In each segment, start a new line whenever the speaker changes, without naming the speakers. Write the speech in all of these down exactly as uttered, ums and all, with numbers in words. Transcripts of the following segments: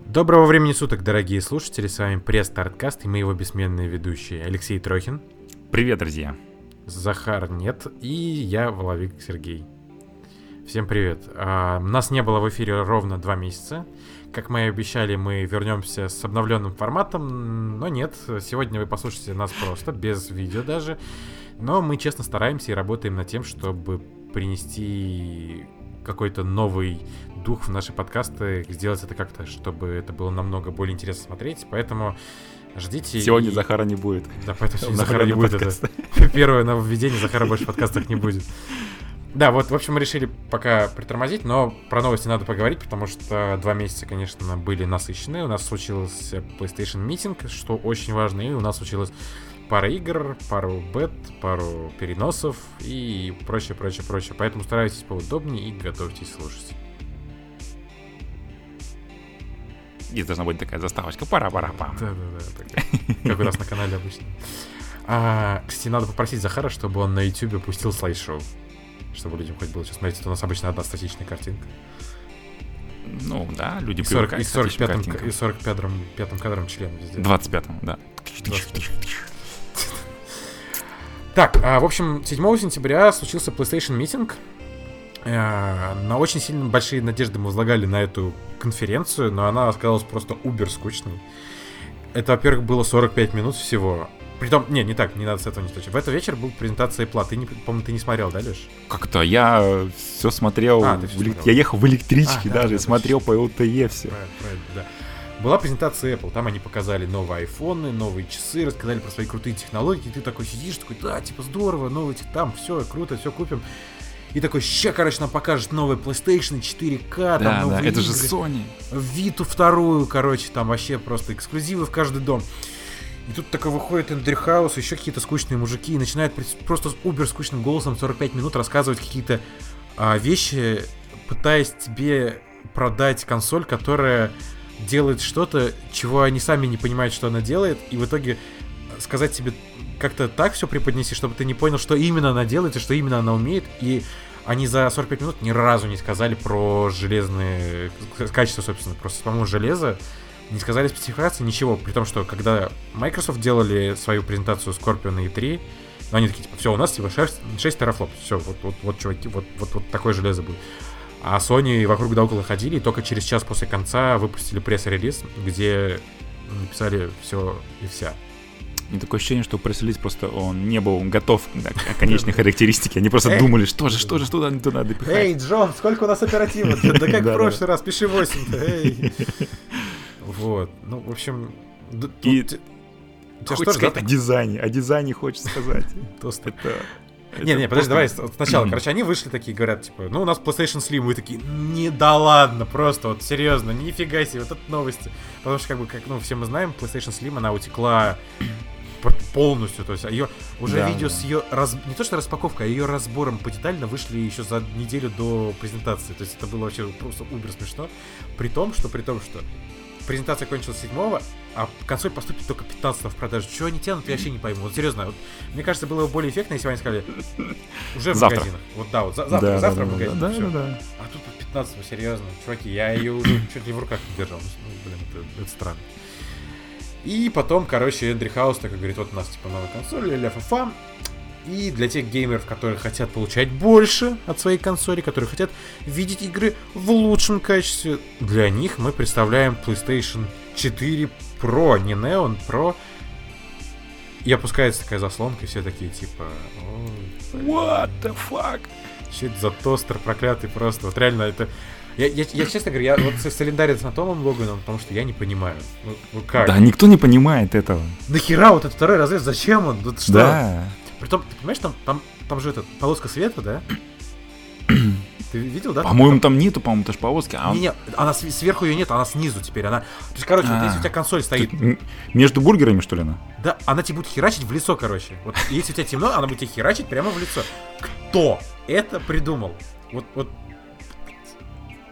Доброго времени суток, дорогие слушатели, с вами пресс-старткаст и мы его бессменные ведущие Алексей Трохин.
Привет, друзья.
Захар нет и я, Воловик Сергей. Всем привет. А, нас не было в эфире ровно два месяца. Как мы и обещали, мы вернемся с обновленным форматом, но нет, сегодня вы послушаете нас просто, без видео даже. Но мы честно стараемся и работаем над тем, чтобы принести какой-то новый дух в наши подкасты, сделать это как-то, чтобы это было намного более интересно смотреть, поэтому ждите.
Сегодня
и...
Захара не будет.
Да, поэтому сегодня Захара не будет. Это первое нововведение, Захара больше в подкастах не будет. Да, вот, в общем, мы решили пока притормозить, но про новости надо поговорить, потому что два месяца, конечно, были насыщенные. У нас случился PlayStation Meeting, что очень важно, и у нас случилось пара игр, пару бет, пару переносов и прочее, прочее, прочее. Поэтому старайтесь поудобнее и готовьтесь слушать.
Здесь должна быть такая заставочка. Пара-пара-пам.
Да-да-да, как у нас на канале обычно. А, кстати, надо попросить Захара, чтобы он на YouTube пустил слайд-шоу, чтобы людям хоть было что смотреть. Это у нас обычно одна статичная картинка.
Ну, да, люди
привыкают к сорок пятым и сорок пятым кадром члена везде.
двадцать пятым, да.
Так, а, в общем, седьмого сентября случился PlayStation Meeting. Э, на очень сильно большие надежды мы возлагали на эту конференцию, но она оказалась просто убер скучной. Это, во-первых, было сорок пять минут всего. Притом, не, не так, не надо с этого не начать. В этот вечер был презентация Apple. Ты, не, по-моему, ты не смотрел, да, Леш?
Как-то я все смотрел,
а, все
в...
смотрел.
Я ехал в электричке
а,
даже,
да, да,
смотрел
да,
по эл ти и все.
Правильно, правильно, да. Была презентация Apple, там они показали новые айфоны, новые часы, рассказали про свои крутые технологии, и ты такой сидишь, такой, да, типа здорово, новые, там, все, круто, все купим. И такой, ща, короче, нам покажет новые PlayStation четыре ка, там
да,
новые
да, это
игры,
же Sony.
Виту вторую, короче, там вообще просто эксклюзивы в каждый дом. И тут такой выходит Эндрю Хаус, еще какие-то скучные мужики, и начинают просто с убер скучным голосом сорок пять минут рассказывать какие-то а, вещи, пытаясь тебе продать консоль, которая делает что-то, чего они сами не понимают, что она делает, и в итоге сказать тебе как-то так все преподнести, чтобы ты не понял, что именно она делает и что именно она умеет, и они за сорок пять минут ни разу не сказали про железные качества, собственно, просто самому железо, не сказали спецификации, ничего, при том, что когда Microsoft делали свою презентацию Scorpio на и три, ну, они такие, типа, все, у нас типа шесть терафлоп, все, вот, вот, вот, чуваки, вот, вот, вот такое железо будет. А Sony вокруг да около ходили, и только через час после конца выпустили пресс-релиз, где написали все и вся.
И такое ощущение, что пресс-релиз просто он не был готов к конечной характеристике. Они просто думали, что же, что же, что надо туда допихать.
Эй, Джон, сколько у нас оперативно? Да как в прошлый раз, пиши восемь-то, эй. Вот, ну, в общем...
И... Хочешь сказать о дизайне, о дизайне хочешь сказать.
Не-не, подожди, давай сначала. Короче, они вышли такие, говорят, типа, ну, у нас PlayStation Slim, мы такие, не, да ладно, просто, вот, серьезно, нифига себе, вот это новости. Потому что, как бы, как, ну, все мы знаем, PlayStation Slim, она утекла полностью, то есть ее уже да, видео да. с ее, раз, не то что распаковкой, а ее разбором подетально вышли еще за неделю до презентации. То есть это было вообще просто убер смешно. При том, что, при том, что презентация кончилась седьмого, а консоль поступит только пятнадцатого в продажу. Чего они тянут, я вообще не пойму. Вот серьезно, вот, мне кажется, было бы более эффектно, если бы они сказали уже в
завтра.
магазинах. Вот да, вот за, завтра,
да,
завтра
да,
в магазинах.
Да,
все.
да, да.
А тут пятнадцатого, серьезно, чуваки, я ее уже чуть ли в руках не держал. Ну, блин, это, это странно. И потом, короче, Эндрю Хаус такой говорит, вот у нас типа новая консоль, ля фа фа. И для тех геймеров, которые хотят получать больше от своей консоли, которые хотят видеть игры в лучшем качестве, для них мы представляем PlayStation четыре Pro, не Neon, Pro. И опускается такая заслонка, и все такие типа...
What the fuck?
Что это за тостер проклятый просто? Вот реально это... Я, я, я честно говорю, я вот солидарен с Томом Логаном, потому что я не понимаю. Ну, ну как?
Да, никто не понимает этого.
Нахера вот этот второй разрез? Зачем он? Вот что?
Да.
Притом, ты понимаешь, там, там, там же эта полоска света, да? Ты видел, да?
По-моему, там нету, по-моему, даже полоски. А он...
Не, не, она сверху ее нет, она снизу теперь. Она... То есть, короче, вот если у тебя консоль стоит...
Между бургерами, что ли, она?
Да, она тебе будет херачить в лицо, короче. Вот если у тебя темно, она будет тебе херачить прямо в лицо. Кто это придумал? Вот, вот...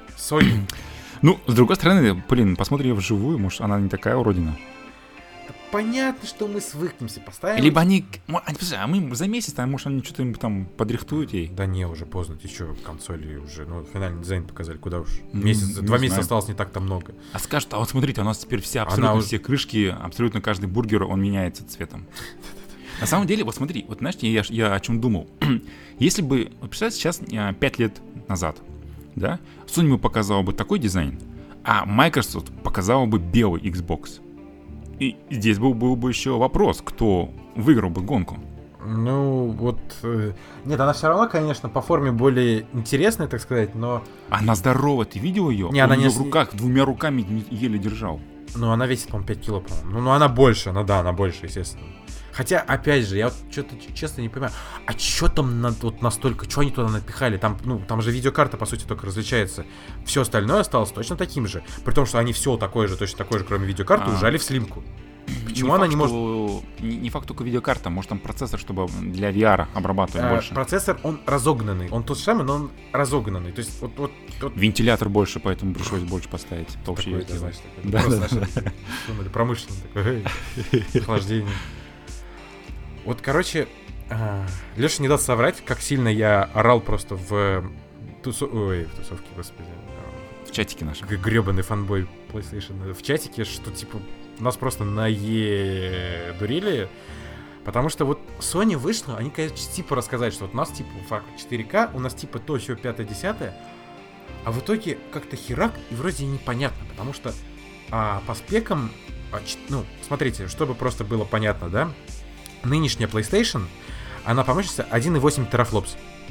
Sony.
Ну, с другой стороны, блин, посмотри ее вживую, может, она не такая уродина.
понятно, что мы свыкнемся, поставим...
Либо они... А мы за месяц, а может, они что-то там подрихтуют ей?
Да не, уже поздно, ты что, консоли уже, ну, финальный дизайн показали, куда уж. Месяц, ну, два месяца знаю. Осталось не так-то много.
А скажут, а вот смотрите, у нас теперь все, абсолютно Она все уже... крышки, абсолютно каждый бургер, он меняется цветом. На самом деле, вот смотри, вот знаешь, я, я о чем думал. Если бы, вот представьте, сейчас пять лет назад, да, Sony бы показала бы такой дизайн, а Microsoft показала бы белый Xbox. И здесь был, был бы еще вопрос, кто выиграл бы гонку.
Ну, вот... Э, нет, она все равно, конечно, по форме более интересная, так сказать, но...
Она здоровая, ты видел ее?
Не,
Он
она
ее
не...
в руках двумя руками еле держал.
Ну, она весит, по-моему, пять кило, по-моему. Ну, ну, она больше, она, да, она больше, естественно. Хотя, опять же, я вот что-то честно не понимаю, а что там на, вот настолько, что они туда напихали? Там, ну, там же видеокарта, по сути, только различается. Все остальное осталось точно таким же. При том, что они все такое же, точно такое же, кроме видеокарты, а. ужали в слимку. Почему не она факт, не может...
Не, не факт только видеокарта, может там процессор, чтобы для ви ар обрабатывать а, больше.
Процессор, он разогнанный, он тот же самый, но он разогнанный. То есть вот, вот, вот...
Вентилятор больше, поэтому пришлось больше поставить. Толще ее сделать.
Да, да, да. Думали, промышленный такой, охлаждение. Вот, короче, Леша не даст соврать, как сильно я орал просто в тусо... Ой, в тусовке, господи.
В чатике нашем.
Гребаный фанбой PlayStation. В чатике, что типа нас просто наедурили. Потому что вот Sony вышла, они, конечно, типа рассказали, что вот у нас типа четыре ка, у нас типа то, все пятое-десятое. А в итоге как-то херак, и вроде непонятно, потому что а, по спекам, а, ну, смотрите, чтобы просто было понятно, да, нынешняя PlayStation, она по мощности один и восемь терафлопс.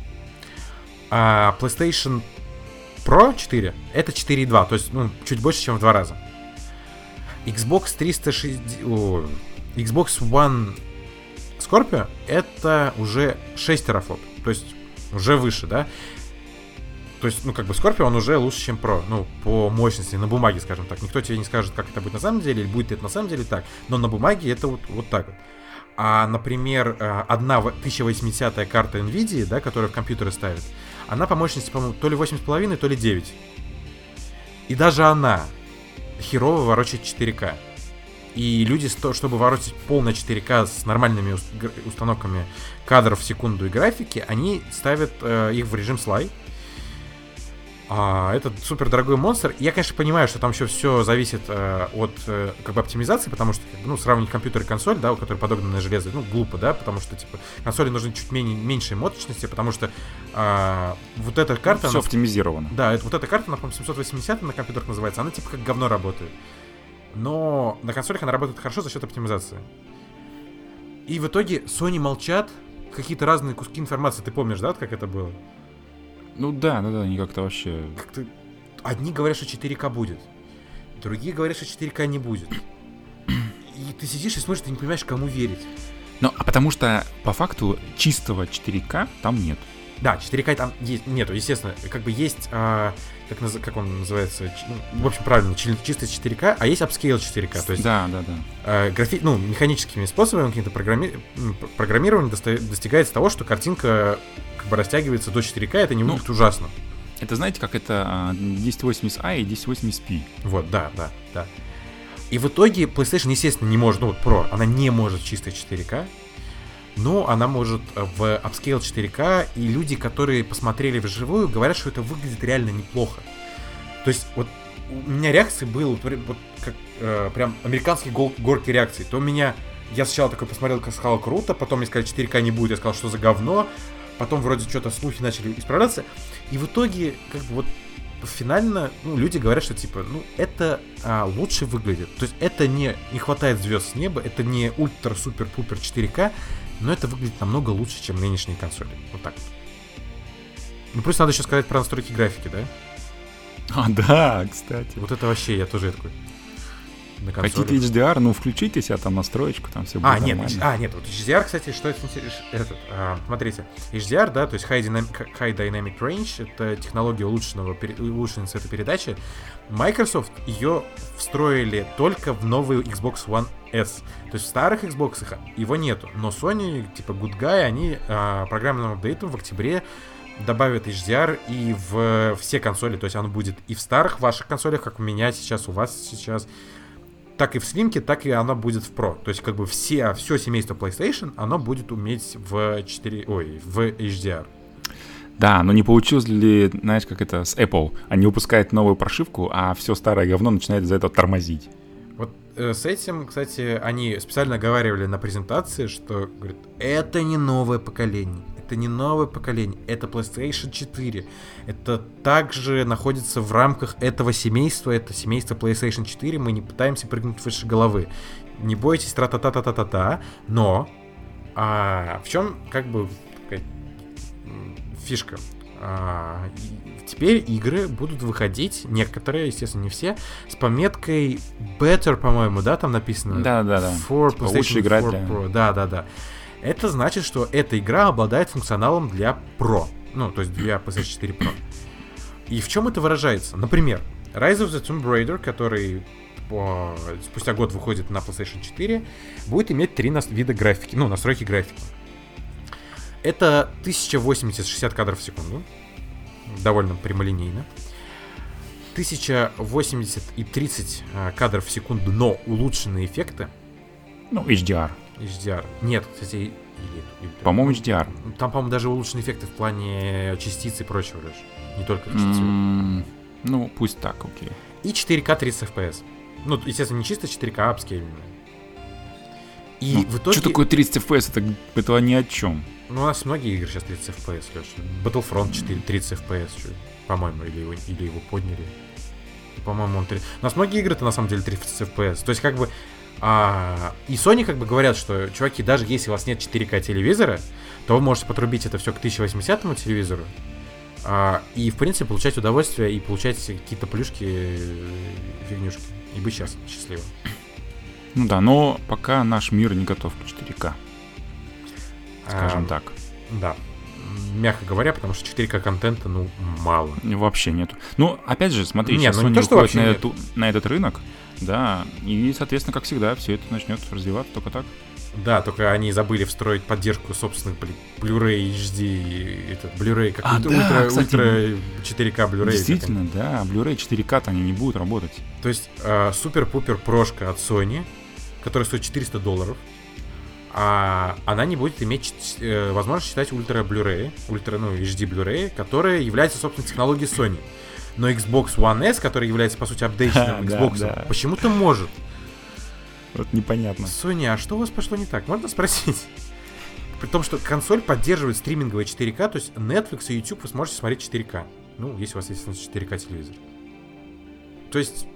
А PlayStation Pro четыре это четыре и два, то есть, ну, чуть больше, чем в два раза. Xbox триста шестьдесят... О, Xbox One Scorpio это уже шесть терафлоп, то есть уже выше, да? То есть, ну, как бы Scorpio, он уже лучше, чем Pro, ну, по мощности, на бумаге, скажем так. Никто тебе не скажет, как это будет на самом деле, или будет это на самом деле так, но на бумаге это вот, вот так вот. А, например, одна тысяча восьмидесятая карта NVIDIA, да, которую в компьютеры ставят, она по мощности, по-моему, то ли восемь с половиной, то ли девять. И даже она херово ворочает четыре ка. И люди, чтобы воротить полное четыре ка с нормальными установками кадров в секунду и графики, они ставят э, их в режим слай. А, это супер дорогой монстр. Я, конечно, понимаю, что там еще все зависит э, от э, как бы оптимизации, потому что, ну, сравнивать компьютер и консоль, да, у которой подогнанное железо, ну, глупо, да, потому что, типа, консоли нужны чуть менее, меньшей мощности, потому что э, вот эта карта...
Все
она,
оптимизировано.
Да, это, вот эта карта, на, по-моему, семьсот восемьдесят на компьютерах называется, она, типа, как говно работает. Но на консолях она работает хорошо за счет оптимизации. И в итоге Sony молчат, какие-то разные куски информации, ты помнишь, да, как это было?
Ну да, да, да, они как-то вообще...
Как-то... Одни говорят, что четыре ка будет, другие говорят, что четыре ка не будет. И ты сидишь и смотришь, ты не понимаешь, кому верить.
Ну, а потому что, по факту, чистого четыре ка там нет.
Да, четыре ка там есть, нету, естественно. Как бы есть, а, как, наз... как он называется, ну, в общем, правильно, чистый четыре ка, а есть upscale четыре ка. То есть,
да, да, да.
А, графи... ну, механическими способами, каким-то программи... программированием доста... достигается того, что картинка как бы растягивается до четыре ка, это не выглядит ну, ужасно.
Это, знаете, как это десять восемьдесят ай и десять восемьдесят пи.
Вот, да, да, да. И в итоге PlayStation, естественно, не может, ну вот Pro, она не может чистой четыре ка, но она может в upscale четыре ка, и люди, которые посмотрели вживую, говорят, что это выглядит реально неплохо. То есть вот у меня реакции было вот как э, прям американские гол- горки реакций. То у меня, я сначала такой посмотрел, как сказал круто, потом мне сказали четыре ка не будет, я сказал, что за говно, потом вроде что-то слухи начали исправляться, и в итоге как бы вот финально, ну, люди говорят, что типа, ну, это а, лучше выглядит. То есть это не, не хватает звезд с неба, это не ультра-супер-пупер четыре ка, но это выглядит намного лучше, чем нынешние консоли. Вот так. Ну, плюс надо еще сказать про настройки графики, да?
А, да, кстати.
Вот это вообще, я тоже такой.
Хотите эйч ди ар, ну, включите себе там настроечку, там все будет
а, нет,
нормально.
А, нет, вот эйч ди ар, кстати, что это интересно? Этот, а, смотрите, эйч ди ар, да, то есть High Dynamic, High Dynamic Range, это технология улучшенного, улучшенной цветопередачи. Microsoft ее встроили только в новый Xbox One S. То есть в старых Xbox его нету, но Sony, типа Good Guy, они а, программным апдейтом в октябре добавят эйч ди ар и в все консоли, то есть оно будет и в старых ваших консолях, как у меня сейчас, у вас сейчас, так и в слимке, так и она будет в Pro. То есть как бы все, все семейство PlayStation, оно будет уметь в четыре, ой, в эйч ди ар.
Да, но не получилось ли, знаешь, как это с Apple? Они выпускают новую прошивку, а все старое говно начинает из-за этого тормозить.
Вот э, с этим, кстати, они специально оговаривали на презентации, что, говорят, это не новое поколение. Это не новое поколение, это PlayStation четыре. Это также находится в рамках этого семейства, это семейство PlayStation четыре. Мы не пытаемся прыгнуть выше головы. Не бойтесь, тра-та-та-та-та-та-та. Но а, в чем, как бы, фишка? А, теперь игры будут выходить, некоторые, естественно, не все, с пометкой Better, по-моему, да, там написано?
Да-да-да.
For PlayStation
играть
four
для...
Pro. Да-да-да. Это значит, что эта игра обладает функционалом для Pro. Ну, то есть для PlayStation четыре Pro. И в чем это выражается? Например, Rise of the Tomb Raider, который по... спустя год выходит на PlayStation четыре, будет иметь три нас... вида графики, ну, настройки графики. Это тысяча восемьдесят шестьдесят кадров в секунду. Довольно прямолинейно. тысяча восемьдесят и тридцать кадров в секунду, но улучшенные эффекты.
Ну, эйч ди ар.
эйч ди ар. Нет, кстати, или, или,
по-моему, эйч ди ар.
Там, по-моему, даже улучшенные эффекты в плане частиц и прочего лишь. Не только частиц.
Mm, ну, пусть так, окей.
И четыре ка тридцать эф пи эс. Ну, естественно, не чисто четыре ка, а апскейлинг. И
ну,
в итоге...
Что такое тридцать эф пи эс? Это, это ни о чем.
Ну, у нас многие игры сейчас тридцать эф пи эс, Леша. Battlefront четыре тридцать эф пи эс, что, по-моему, или его, или его подняли. По-моему, он... тридцать... У нас многие игры-то на самом деле тридцать эф пи эс. То есть, как бы... А, и Sony как бы говорят, что, чуваки, даже если у вас нет четыре ка телевизора, то вы можете подрубить это все к тысяча восьмидесятому телевизору а, и, в принципе, получать удовольствие и получать какие-то плюшки, фигнюшки. И быть сейчас счастливым.
Ну да, но пока наш мир не готов к четыре ка. Скажем а, так.
Да. Мягко говоря, потому что четыре ка контента, ну, мало.
Вообще нету. Ну, опять же, смотри,
нет,
сейчас
ну,
Sony
то, что
уходит на,
нет.
эту, на этот рынок, да, и, соответственно, как всегда, все это начнет развиваться только так.
Да, только они забыли встроить поддержку собственных Blu-ray эйч ди, этот Blu-ray, как
а,
ультра,
да,
ультра,
кстати,
ультра четыре ка Blu-ray.
Действительно, да, Blu-ray четыре ка-то они не будут работать.
То есть э, супер-пупер прошка от Sony, которая стоит четыреста долларов, а она не будет иметь э, возможность читать ультра Blu-ray, ультра, ну, эйч ди Blu-ray, которая является собственной технологией Sony. Но Xbox One S, который является, по сути, апдейченным Xbox, да, да. почему-то может.
Вот непонятно.
Sony, а что у вас пошло не так? Можно спросить? При том, что консоль поддерживает стриминговое четыре ка, то есть Netflix и YouTube вы сможете смотреть четыре ка. Ну, если у вас есть четыре ка телевизор. То есть...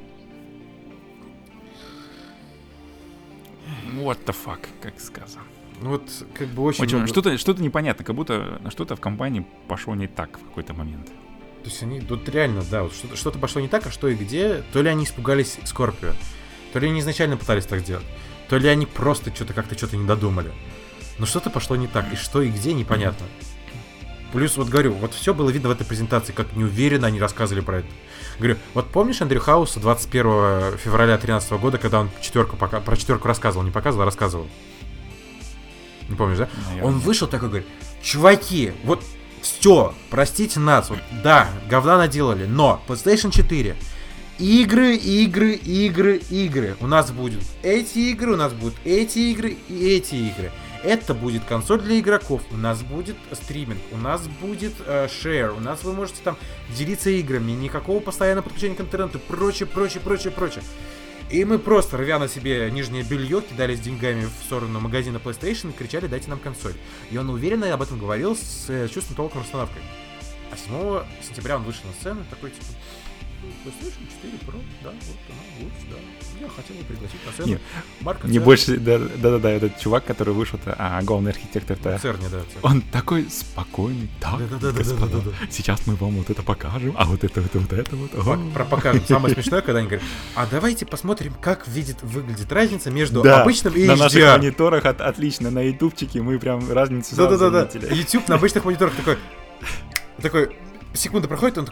What the fuck, как сказано.
Ну вот, как бы очень...
очень
много...
что-то, что-то непонятно, как будто что-то в компании пошло не так в какой-то момент.
То есть они, вот реально, да, вот что-то, что-то пошло не так, а что и где. То ли они испугались Скорпио, то ли они изначально пытались так сделать, то ли они просто что-то как-то что-то не додумали. Но что-то пошло не так, и что и где, непонятно. Плюс, вот говорю, вот все было видно в этой презентации, как неуверенно они рассказывали про это. Говорю, вот помнишь Эндрю Хауса двадцать первого февраля две тысячи тринадцатого года, когда он четверку пока... про четверку рассказывал, не показывал, а рассказывал? Не помнишь, да? Наверное. Он вышел такой, говорит, чуваки, вот все, простите нас, вот, да, говна наделали, но PlayStation четыре, игры, игры, игры, игры. У нас будут эти игры, у нас будут эти игры и эти игры. Это будет консоль для игроков, у нас будет стриминг, у нас будет э, share, у нас вы можете там делиться играми, никакого постоянного подключения к интернету, прочее, прочее, прочее, прочее. И мы просто, рвя на себе нижнее белье, кидались деньгами в сторону магазина PlayStation и кричали: дайте нам консоль. И он уверенно об этом говорил с э, чувством толком расстановкой. А седьмого сентября он вышел на сцену такой, типа, PlayStation четыре Pro, да, вот она, вот, да. Я хотел бы пригласить на сцену Марка
Не
Церни.
больше, да-да-да, этот чувак, который вышел-то, а главный архитектор-то,
Церни, да, Церни.
Он такой спокойный, так, господа, сейчас мы вам вот это покажем, а вот это, это, вот это вот.
Про покажем. Самое смешное, когда они говорят: а давайте посмотрим, как видит, выглядит разница между
да,
обычным и эйч ди ар.
На наших мониторах от, отлично, на ютубчике мы прям разницу сразу
заметили.
Да-да-да,
YouTube на обычных мониторах такой, такой, секунда проходит, он такой,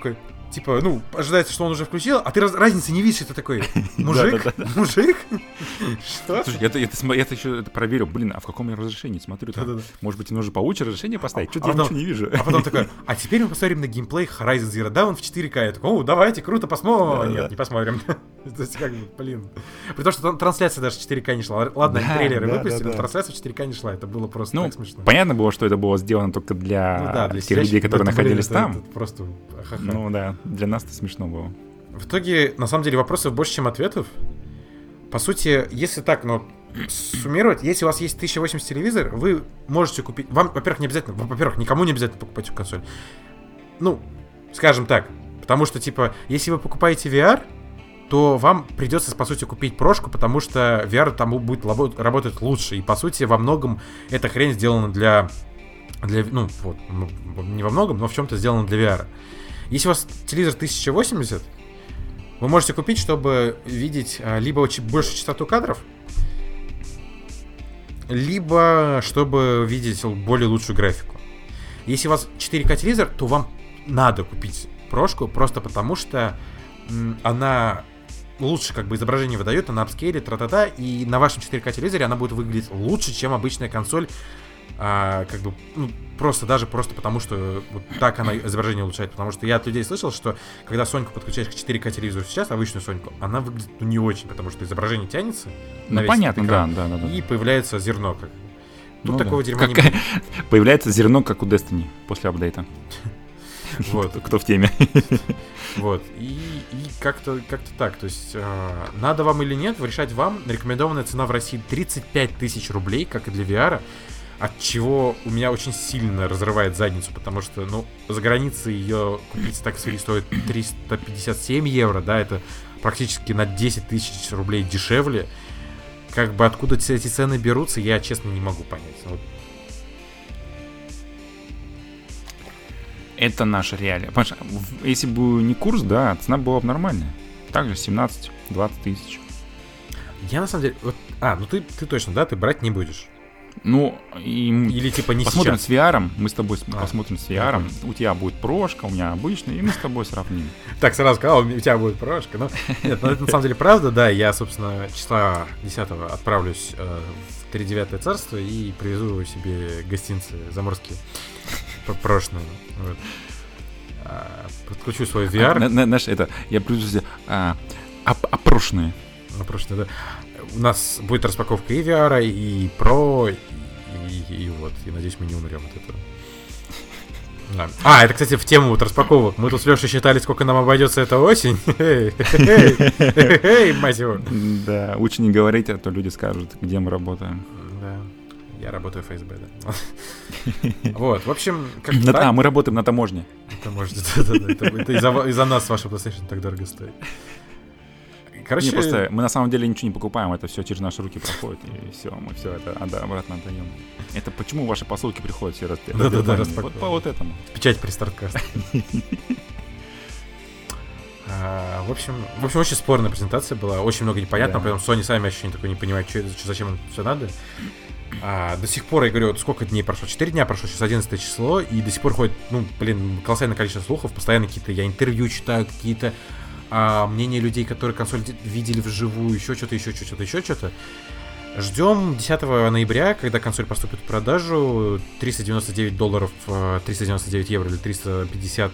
типа, ну, ожидается, что он уже включил, а ты раз, разницы не видишь, это такой, мужик, мужик, что?
Слушай, я это еще проверил, блин, а в каком я разрешении смотрю? Может быть, нужно получше разрешение поставить? Что-то я ничего не вижу.
А потом такой, а теперь мы посмотрим на геймплей Horizon Zero Dawn в четыре ка. Я такой, о, давайте, круто, посмотрим. Нет, не посмотрим. То есть, как бы, блин. При том, что трансляция даже в четыре ка не шла. Ладно, они трейлеры выпустили, но трансляция в четыре ка не шла. Это было просто так смешно.
Понятно было, что это было сделано только для тех людей, которые находились там.
Просто ха-ха.
Ну да, для нас это смешно было.
В итоге, на самом деле, вопросов больше, чем ответов. По сути, если так, ну, суммировать, если у вас есть тысяча восемьдесят телевизор, вы можете купить... Вам, во-первых, не обязательно... Во-первых, никому не обязательно покупать эту консоль. Ну, скажем так. Потому что, типа, если вы покупаете ви ар, то вам придется, по сути, купить прошку, потому что ви ар там будет лабо- работать лучше. И, по сути, во многом эта хрень сделана для... для ну, вот, не во многом, но в чем-то сделана для ви ар. Если у вас телевизор тысяча восемьдесят, вы можете купить, чтобы видеть а, либо очень большую частоту кадров, либо чтобы видеть более лучшую графику. Если у вас четыре ка телевизор, то вам надо купить прошку, просто потому что м, она лучше как бы изображение выдает, она апскейлит, тра-та-та, и на вашем четыре ка телевизоре она будет выглядеть лучше, чем обычная консоль, а, как бы, ну, просто даже просто потому, что вот так она изображение улучшает. Потому что я от людей слышал, что когда Соньку подключаешь к четыре ка телевизору сейчас, обычную Соньку, она выглядит ну, не очень, потому что изображение тянется.
Ну, понятно, экран, да, да, да.
И появляется зерно. Как бы. Тут
ну,
такого
да.
дерьма
как...
не будет.
Появляется зерно, как у Destiny после апдейта. Вот. Кто в теме.
Вот. И, и как-то, как-то так. То есть, э, надо вам или нет, решать вам. Рекомендованная цена в России тридцать пять тысяч рублей, как и для ви ар. От чего у меня очень сильно разрывает задницу, потому что, ну, за границей ее купить так себе стоит триста пятьдесят семь евро, да, это практически на десять тысяч рублей дешевле. Как бы откуда эти цены берутся, я, честно, не могу понять. Вот.
Это наша реалия. Понимаешь, если бы не курс, да, цена была бы нормальная. Также семнадцать-двадцать тысяч.
Я, на самом деле... Вот, а, ну ты, ты точно, да, ты брать не будешь.
Ну, и
или типа не
посмотрим
сейчас.
с ви ар, мы с тобой
а,
посмотрим с ви ар, у тебя будет прошка, у меня обычная, и мы с тобой сравним.
Так, сразу сказал, у тебя будет прошка. Ну, нет, ну это на самом деле правда, да, я, собственно, числа десятого отправлюсь э, в тридевятое царство и привезу себе гостинцы заморские прошные. Вот. А, подключу свой ви ар.
А, знаешь, это, я привезу себе а, опрошенные.
Опрошенные, да. У нас будет распаковка и ви ар, и Pro, и, и, и вот. И надеюсь, мы не умрем от этого. Да. А, это, кстати, в тему вот распаковок. Мы тут с Лешей считали, сколько нам обойдется эта осень. Эй, мать его.
Да, лучше не говорить, а то люди скажут, где мы работаем.
Да, я работаю в эф эс бэ, да. Вот, в общем, как
А, мы работаем на таможне.
Таможня, да-да-да. Это из-за нас ваша PlayStation так дорого стоит. Короче...
Не, просто мы на самом деле ничего не покупаем, это все через наши руки проходит, и все, мы все это обратно отдаем. Это почему ваши посылки приходят все раз?
Да-да-да,
вот по вот этому.
Печать при старткасте. А, в общем, в общем, очень спорная презентация была, очень много непонятного, да. Поэтому Sony сами ощущение такое не понимают, что это, что, зачем им все надо. А, до сих пор, я говорю, вот сколько дней прошло? четыре дня прошло, сейчас одиннадцатое число, и до сих пор ходит, ну, блин, колоссальное количество слухов, постоянно какие-то, я интервью читаю, какие-то а, мнения людей, которые консоль видели вживую, еще что-то, еще что-то, еще что-то. Ждем десятого ноября, когда консоль поступит в продажу, триста девяносто девять долларов, триста девяносто девять евро или триста пятьдесят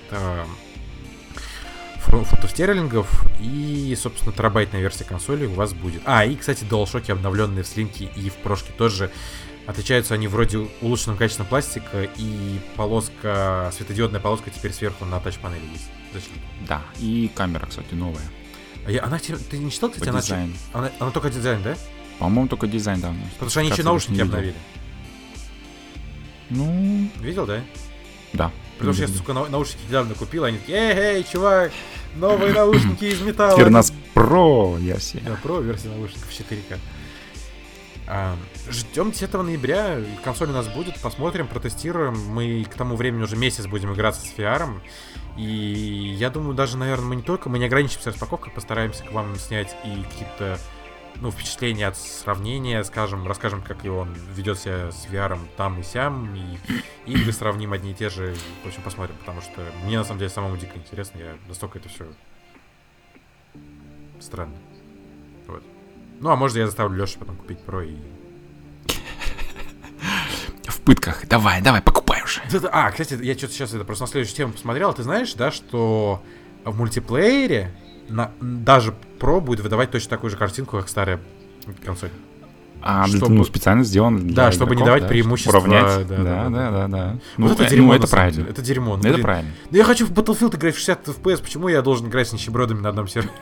фунтов стерлингов, и, собственно, терабайтная версия консоли у вас будет. А, и, кстати, DualShock обновленные в слинке и в прошке тоже. Отличаются они вроде улучшенным качеством пластика, и полоска, светодиодная полоска теперь сверху на тач-панели есть. Зачем?
Да, и камера, кстати, новая.
А я, она, ты не читал, кстати,
по
она,
дизайн.
она, она только дизайн, да?
По-моему, только дизайн, да.
Потому что они еще наушники обновили.
Ну...
Видел, да?
Да.
Потому что я, сука, наушники недавно купил, они такие, эй, эй, чувак, новые наушники из металла.
Теперь у нас Pro версия.
Да, Pro версия наушников четыре ка. А, ждем десятого ноября, консоль у нас будет, посмотрим, протестируем. Мы к тому времени уже месяц будем играться с ви ар. И я думаю, даже, наверное, мы не только, мы не ограничимся распаковкой, постараемся к вам снять и какие-то ну, впечатление от сравнения, скажем, расскажем, как его он ведет себя с ви ар там и сям, и игры сравним одни и те же, в общем, посмотрим, потому что мне, на самом деле, самому дико интересно, я настолько это все странно. Вот. Ну, а может, я заставлю Лешу потом купить Pro и...
В пытках. Давай, давай, покупай уже.
А, кстати, я что-то сейчас это просто на следующую тему посмотрел. Ты знаешь, да, что в мультиплеере на, даже Pro будет выдавать точно такую же картинку, как старая консоль.
А, чтобы, ну, специально сделано для
Да, чтобы
игроков,
не давать
да,
преимущество.
Уравнять.
Да,
да,
да,
да, да, да.
Ну, вот это
э,
дерьмо,
ну, это правильно.
Это дерьмо. Ну,
это
блин.
правильно.
Ну, я хочу в Battlefield играть в шестьдесят эф пи эс. Почему я должен играть с нищебродами на одном сервере?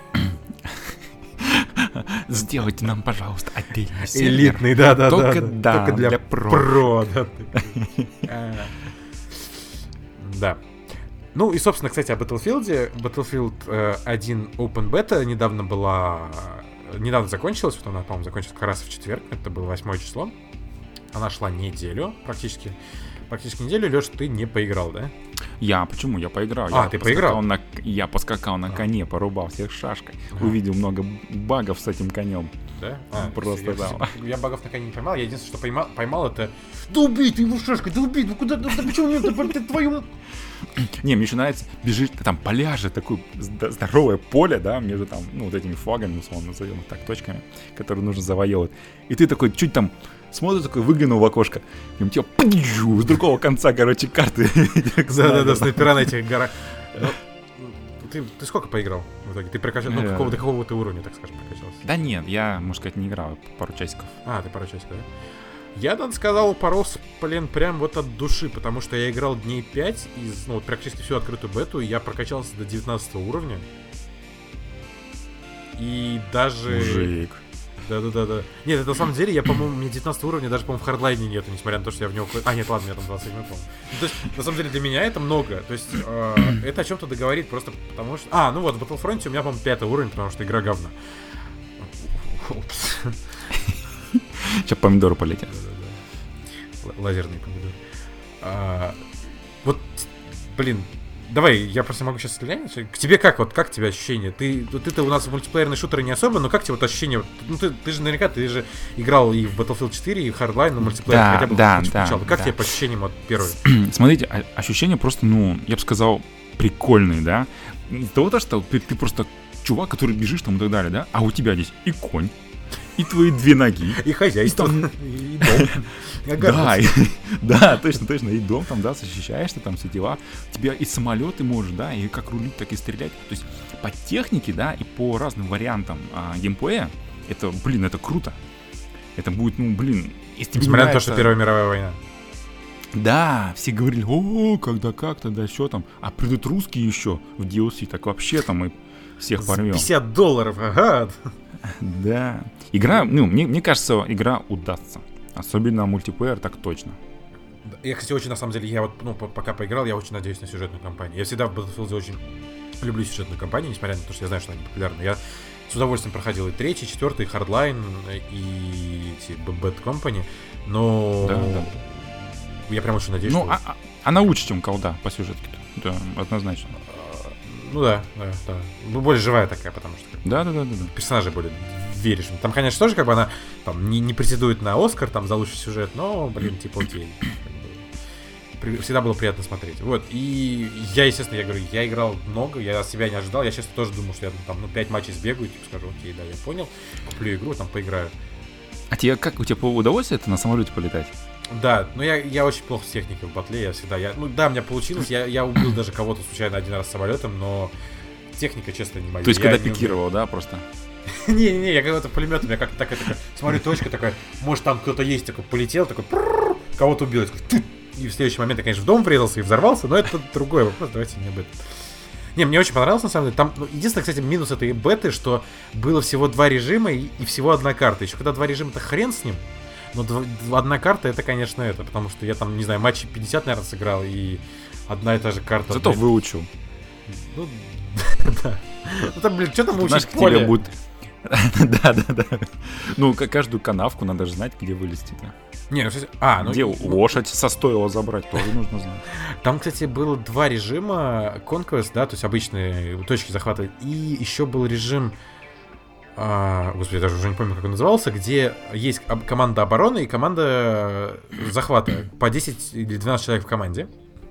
Сделайте нам, пожалуйста, отдельный сервер.
Элитный, да-да-да.
Только, да,
Только для,
для Pro.
Pro, да. Да. Ну и, собственно, кстати, о Battlefield. Battlefield один Open Beta недавно была... Недавно закончилась, вот она, по-моему, закончилась как раз в четверг. Это было восьмое число. Она шла неделю практически. Практически неделю. Лёш, ты не поиграл, да?
Я, почему? Я поиграл.
А,
я
ты поиграл?
На, я поскакал на коне, порубал всех шашкой. А. Увидел много багов с этим конем.
Да? А,
просто
я,
да.
Я, я багов на коне не поймал. Я единственное, что поймал, поймал это... Да убей ты его шашкой, да убей! Ну куда ты, да почему мне твою...
Не, мне еще нравится, бежишь, там поля же, такое здоровое поле, да, между там, ну, вот этими флагами, условно назовем их так, точками, которые нужно завоевывать. И ты такой чуть там смотришь, такой выглянул в окошко, и у тебя с другого конца, короче, карты.
Да-да-да, снайпера на этих горах. Ты, ты сколько поиграл в итоге? Ты прокачал, ну, какого, до какого ты уровня, так скажем, прокачался?
Да нет, я, можно сказать, не играл, пару часиков.
А, ты пару часиков, да? Я, надо сказал, порос, блин, прям вот от души, потому что я играл дней пять из, ну, вот практически всю открытую бету, и я прокачался до девятнадцатого уровня. И даже...
Мужик.
Да-да-да-да. Нет, это на самом деле, я, по-моему, мне девятнадцатого уровня даже, по-моему, в хардлайне нету, несмотря на то, что я в него... А, нет, ладно, у меня там двадцать семь, по-моему. Ну, то есть, на самом деле, для меня это много. То есть, э, это о чем-то договорит, просто потому что... А, ну вот, в Battlefront у меня, по-моему, пятый уровень, потому что игра говна. Упс.
Сейчас помидоры полетят.
Да-да-да. Лазерные помидоры. А, вот, блин, давай, я просто могу сейчас стрелять. К тебе как, вот, как тебе ощущения? Ты, ты-то у нас в мультиплеерные шутеры не особо, но как тебе вот ощущения? Ну, ты, ты же наверняка, ты же играл и в Battlefield четыре, и в Hardline, но мультиплеер
да,
хотя бы
да,
включал.
да,
Как
да.
тебе по ощущениям от первой?
Смотрите, ощущения просто, ну, я бы сказал, прикольные, да? Из-за того, что ты, ты просто чувак, который бежишь там и так далее, да? А у тебя здесь и конь, и твои две ноги.
И хозяйство, и дом.
Да, да, точно, точно. И дом там, да, защищаешься, там все дела. Тебя и самолеты можешь, да, и как рулить, так и стрелять. То есть по технике, да, и по разным вариантам а, геймплея, это, блин, это круто. Это будет, ну, блин, если тебе
несмотря
нравится...
на то, что Первая мировая война.
Да, все говорили, о, когда как-то, да, что там. А придут русские еще в ди эл си, так вообще там мы всех порвем.
пятьдесят долларов, ага.
Да. Игра, ну, мне, мне кажется, игра удастся. Особенно мультиплеер, так точно.
Я, кстати, очень, на самом деле, я вот, ну, пока поиграл, я очень надеюсь на сюжетную кампанию. Я всегда в Battlefield очень люблю сюжетную кампанию, несмотря на то, что я знаю, что они популярны. Я с удовольствием проходил и третий, и четвертый, и Hardline, и эти Bad Company, но
Да, да.
я прям очень надеюсь,
Ну,
что...
а, а, она лучше, чем колда по сюжетке-то. Да, однозначно.
Ну да, да, да. Ну, более живая такая, потому что...
Да, да, да, да, да.
Персонажи более веришь. Там, конечно, тоже как бы она там не, не претендует на Оскар там за лучший сюжет, но, блин, типа окей. Как бы, всегда было приятно смотреть. Вот. И я, естественно, я говорю, я играл много, я от себя не ожидал. Я, честно, тоже думал, что я там, ну, пять матчей сбегаю, типа скажу, окей, да, я понял. Куплю игру, там поиграю.
А тебе как, у тебя по удовольствию это на самолете полетать?
Да, но я, я очень плохо с техникой в батле, я всегда, я, ну да, у меня получилось, я, я убил даже кого-то случайно один раз самолетом, но техника, честно, не моя.
То есть,
я
когда
не
пикировал, да, просто?
Не-не-не, я когда-то пулеметом, я как-то так, это, смотрю, точка такая, может там кто-то есть, такой полетел, такой, кого-то убил, такой, и в следующий момент я, конечно, в дом врезался и взорвался, но это другой вопрос, давайте не об этом. Не, мне очень понравилось, на самом деле. Там, ну, единственное, кстати, минус этой беты, что было всего два режима и, и всего одна карта. Еще когда два режима, то хрен с ним. Но дв- одна карта, это, конечно, это. Потому что я там, не знаю, матчей пятьдесят, наверное, сыграл, и одна и та же карта.
Зато
блин.
выучил.
Ну, да. Ну, там, блин, что там
Знаешь,
учить
к
поле?
тебе будет... Да, да, да. Ну, каждую канавку надо же знать, где вылезти, да.
Не, ну, кстати, а, ну,
Где
ну,
лошадь со стойла забрать, тоже нужно знать.
Там, кстати, было два режима Conquest, да, то есть обычные точки захвата, и еще был режим А, господи, я даже уже не помню, как он назывался, где есть команда обороны и команда захвата. По десять или двенадцать человек в команде.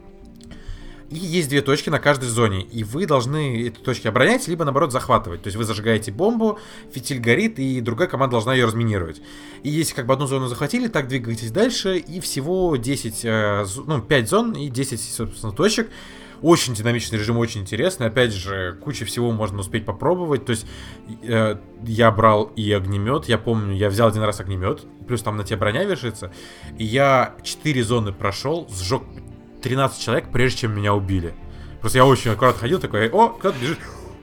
И есть две точки на каждой зоне. И вы должны эти точки оборонять, либо, наоборот, захватывать. То есть вы зажигаете бомбу, фитиль горит, и другая команда должна ее разминировать. И если как бы одну зону захватили, так двигаетесь дальше. И всего десять, ну, пять зон и десять, собственно, точек. Очень динамичный режим, очень интересный. Опять же, куча всего можно успеть попробовать. То есть э, я брал и огнемет. Я помню, я взял один раз огнемет. Плюс там на тебе броня вешается. И я четыре зоны прошел, сжег тринадцать человек, прежде чем меня убили. Просто я очень аккуратно ходил, такой, о, кто-то бежит.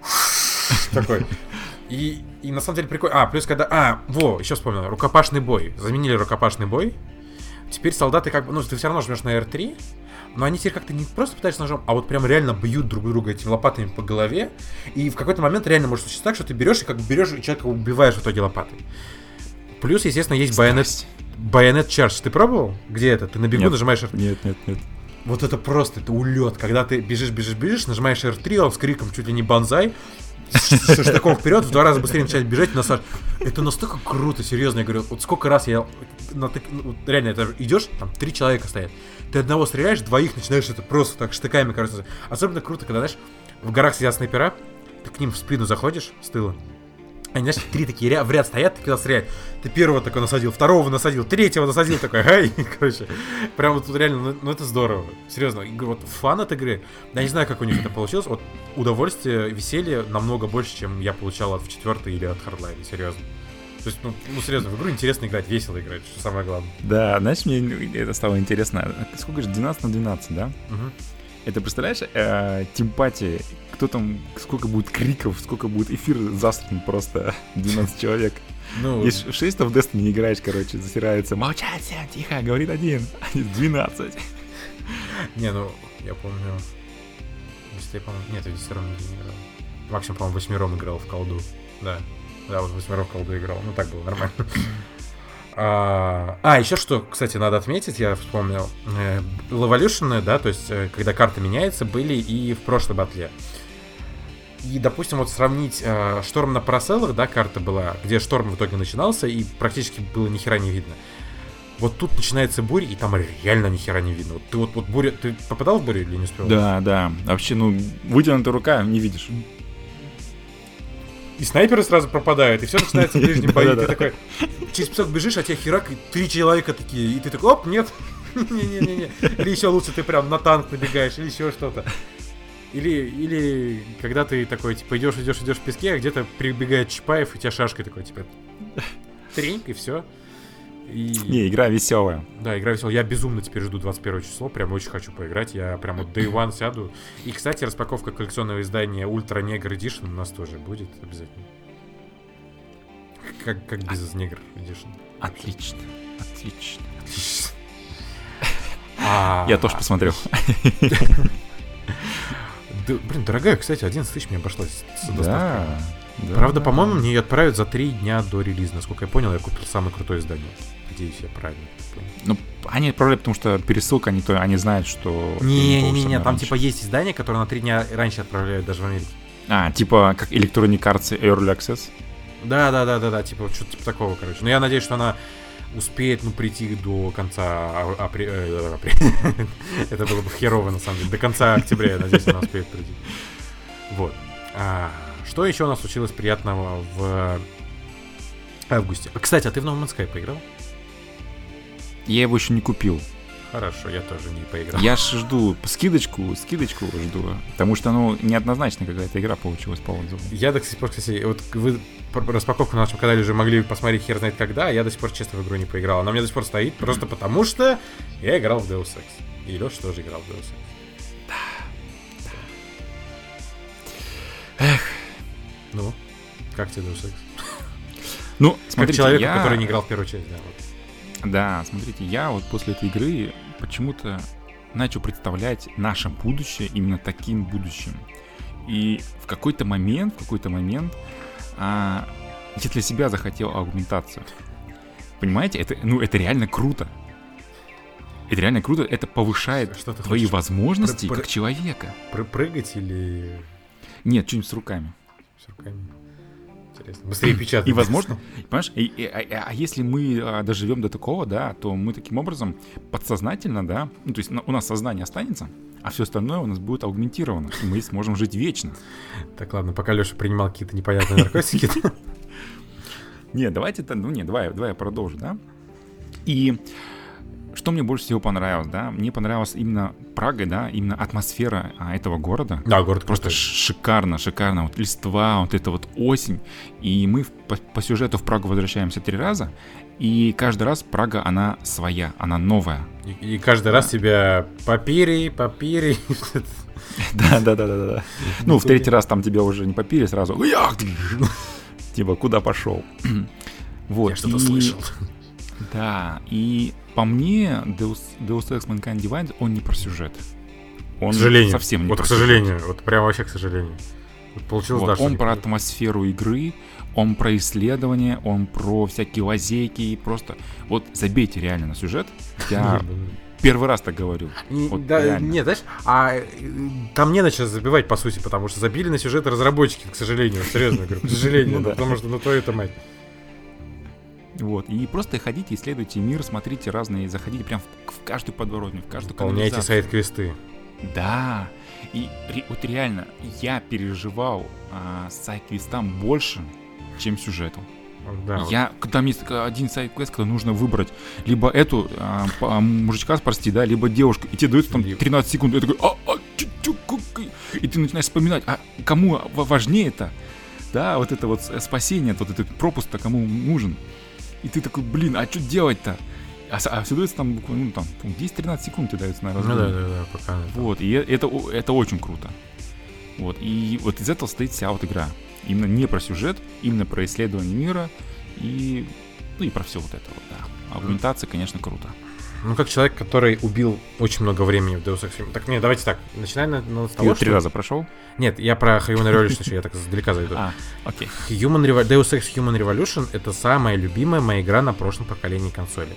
Такой. И, и на самом деле прикольно. А, плюс когда... А, во, еще вспомнил. Рукопашный бой. Заменили рукопашный бой. Теперь солдаты как бы... Ну, ты все равно жмешь на эр три. Но они теперь как-то не просто пытаются ножом, а вот прям реально бьют друг друга этими лопатами по голове. И в какой-то момент реально может случиться так, что ты берешь и как бы берешь и человека убиваешь в итоге лопатой. Плюс, естественно, есть байонет... Байонет чардж. Ты пробовал? Где это? Ты на бегу
нет.
нажимаешь эр три?
Нет, нет, нет.
Вот это просто, это улет. Когда ты бежишь, бежишь, бежишь, нажимаешь эр три, он с криком чуть ли не банзай, с штыком вперед, в два раза быстрее начинает бежать, насаж. Это настолько круто, серьезно, я говорю, вот сколько раз я... Натык... Вот реально, это идешь, там три человека стоят. Ты одного стреляешь, двоих начинаешь это просто так штыками, кажется. Особенно круто, когда, знаешь, в горах сидят снайпера, ты к ним в спину заходишь с тыла. Они, знаешь, три такие ря- в ряд стоят, ты когда стреляешь. Ты первого такой насадил, второго насадил, третьего насадил, такой, ай, короче. Прям вот тут реально, ну, ну это здорово. Серьезно, вот фан от игры. Я не знаю, как у них это получилось. Вот удовольствие, веселье намного больше, чем я получал от в четвертой или от Hardline, серьезно. То есть, ну, ну серьезно, в игру интересно играть, весело играть, что самое главное.
Да, знаешь, мне это стало интересно. Сколько же, двенадцать на двенадцать, да?
Угу.
Это, представляешь, э, тимпати, кто там, сколько будет криков, сколько будет эфир застран просто двенадцать человек. Ну, если в шесть в Destiny не играешь, короче, засирается, молчать все, тихо, говорит один, а двенадцать.
Не, ну, я помню, если я, по-моему, нет, я десятером не играл. Максимум, по-моему, восьмером играл в колду, да. Да, вот восьмером в колду играл, ну так было нормально. А, а, еще что, кстати, надо отметить, я вспомнил. Evolution, да, то есть, когда карта меняется, были и в прошлой батле. И, допустим, вот сравнить э, Шторм на Параселах, да, карта была, где Шторм в итоге начинался, и практически было ни хера не видно. Вот тут начинается буря, и там реально ни хера не видно. Вот ты вот, вот буря, ты попадал в бурю или не успел?
Да, да, вообще, ну, вытянутая рука, не видишь.
И снайперы сразу пропадают, и все начинается в ближнем бою. Ты такой, через песок бежишь, а тебе херак, и три человека такие, и ты такой, оп, нет, не-не-не-не. Или еще лучше ты прям на танк набегаешь, или еще что-то. Или, или когда ты такой, типа, идешь, идешь, идешь в песке, а где-то прибегает Чапаев, и тебя шашкой такой, типа, треньк, и все. И... Не,
игра веселая.
Да, игра веселая. Я безумно теперь жду двадцать первое число, прям очень хочу поиграть. Я прям вот Day One сяду. И, кстати, распаковка коллекционного издания Ultra Negro Edition у нас тоже будет обязательно. Как, как без Negro Edition.
Отлично, отлично.
Отлично.
Я тоже посмотрел.
Блин, дорогая, кстати, одиннадцать тысяч мне обошлась с доставкой.
Да, да,
правда,
да,
по-моему,
да.
мне ее отправят за три дня до релиза. Насколько я понял, я купил самое крутое издание. Надеюсь, я правильно понял.
Ну, они отправляют, потому что пересылка, они, то, они знают, что...
Не-не-не, там раньше. Типа есть издания, которые на три дня раньше отправляют даже в Америке.
А, типа как Electronic Arts Early Access?
Да-да-да-да-да, типа что-то типа такого, короче. Но я надеюсь, что она успеет, ну, прийти до конца апреля. Это было бы херово, на самом деле. До конца октября, я надеюсь, она успеет прийти. Вот. А, что еще у нас случилось приятного в августе? Кстати, а ты в No Man's Sky поиграл?
Я его еще не купил.
Хорошо, я тоже не поиграл.
Я ж жду скидочку, скидочку жду. Потому что, ну, неоднозначно какая-то игра получилась по отзыву.
Я до сих пор, кстати, вот вы распаковку на нашем канале уже могли посмотреть хер знает когда, а я до сих пор, честно, в игру не поиграл. Она у меня до сих пор стоит, просто потому что я играл в Deus Ex. И Леша тоже играл в Deus Ex.
Да. Да. Эх.
Ну, как тебе Deus Ex?
Ну, смотрите,
как человеку,
я...
который не играл в первую часть, да, вот.
Да, смотрите, я вот после этой игры почему-то начал представлять наше будущее именно таким будущим. И в какой-то момент, в какой-то момент а, я для себя захотел аугментацию. Понимаете, это, ну, это реально круто. Это реально круто, это повышает
что
твои хочешь? возможности
Пр-
как человека.
Прыгать или...
Нет, что-нибудь с руками.
С руками. интересно. Быстрее печатать.
И, возможно, понимаешь, и, и, а, а если мы а, доживем до такого, да, то мы таким образом подсознательно, да, ну, то есть у нас сознание останется, а все остальное у нас будет аугментировано, и мы сможем жить вечно.
Так, ладно, пока Леша принимал какие-то непонятные наркотики.
Не, давайте, ну не, давай, давай я продолжу, да. И что мне больше всего понравилось, да, мне понравилась именно Прага, да, именно атмосфера а, этого города.
Да, город
просто шикарно, шикарно, вот листва, вот это вот осень. И мы по, по сюжету в Прагу возвращаемся три раза, и каждый раз Прага, она своя, она новая.
И, и каждый да. раз тебя попири, попири.
Да, да, да, да, да. Ну, в третий раз там тебя уже не попири сразу. Типа, куда пошел? Вот.
Я что-то слышал.
Да, и по мне Deus, Deus Ex Mankind Divided, он не про сюжет. Он
к сожалению.
совсем не
вот
про
к сожалению, сюжет. Вот прям вообще к сожалению. Вот получилось,
вот,
да,
он про атмосферу игры, он про исследование, он про всякие лазейки, просто вот забейте реально на сюжет. Я первый раз так говорю.
Вот да, нет, знаешь, а там не на что забивать, по сути, потому что забили на сюжет разработчики, к сожалению, серьезно говорю, к сожалению, потому что ну твою-то мать.
Вот, и просто ходите, исследуйте мир, смотрите разные, заходите прям в, в каждую подворотню, в каждую канализацию.
Выполняйте сайт-квесты.
Да, и вот реально, я переживал а, сайт-квестам больше, чем сюжету.
Да,
я, вот. Там есть один сайт-квест, когда нужно выбрать либо эту а, мужичка спасти, да, либо девушку, и тебе дается там тринадцать секунд, и ты такой, а, а, чу, чу, ку, ку. И ты начинаешь вспоминать, а кому важнее это, да, вот это вот спасение, вот этот пропуск-то кому нужен. И ты такой, блин, а что делать-то? А, а все дается там буквально, ну, там, десять-тринадцать секунд тебе дается на раздумье.
Ну да, да, да, пока.
Вот, и это, это очень круто. Вот, и вот из этого стоит вся вот игра. Именно не про сюжет, именно про исследование мира и, ну, и про все вот это вот, да. Аргументация, конечно, круто.
Ну, как человек, который убил очень много времени в Deus Ex. Так, нет, давайте так, начинаем на, на, с того,
Ты что... три раза прошел?
Нет, я про Human Revolution, я так издалека зайду.
А, окей.
Human Revo... Deus Ex Human Revolution — это самая любимая моя игра на прошлом поколении консоли.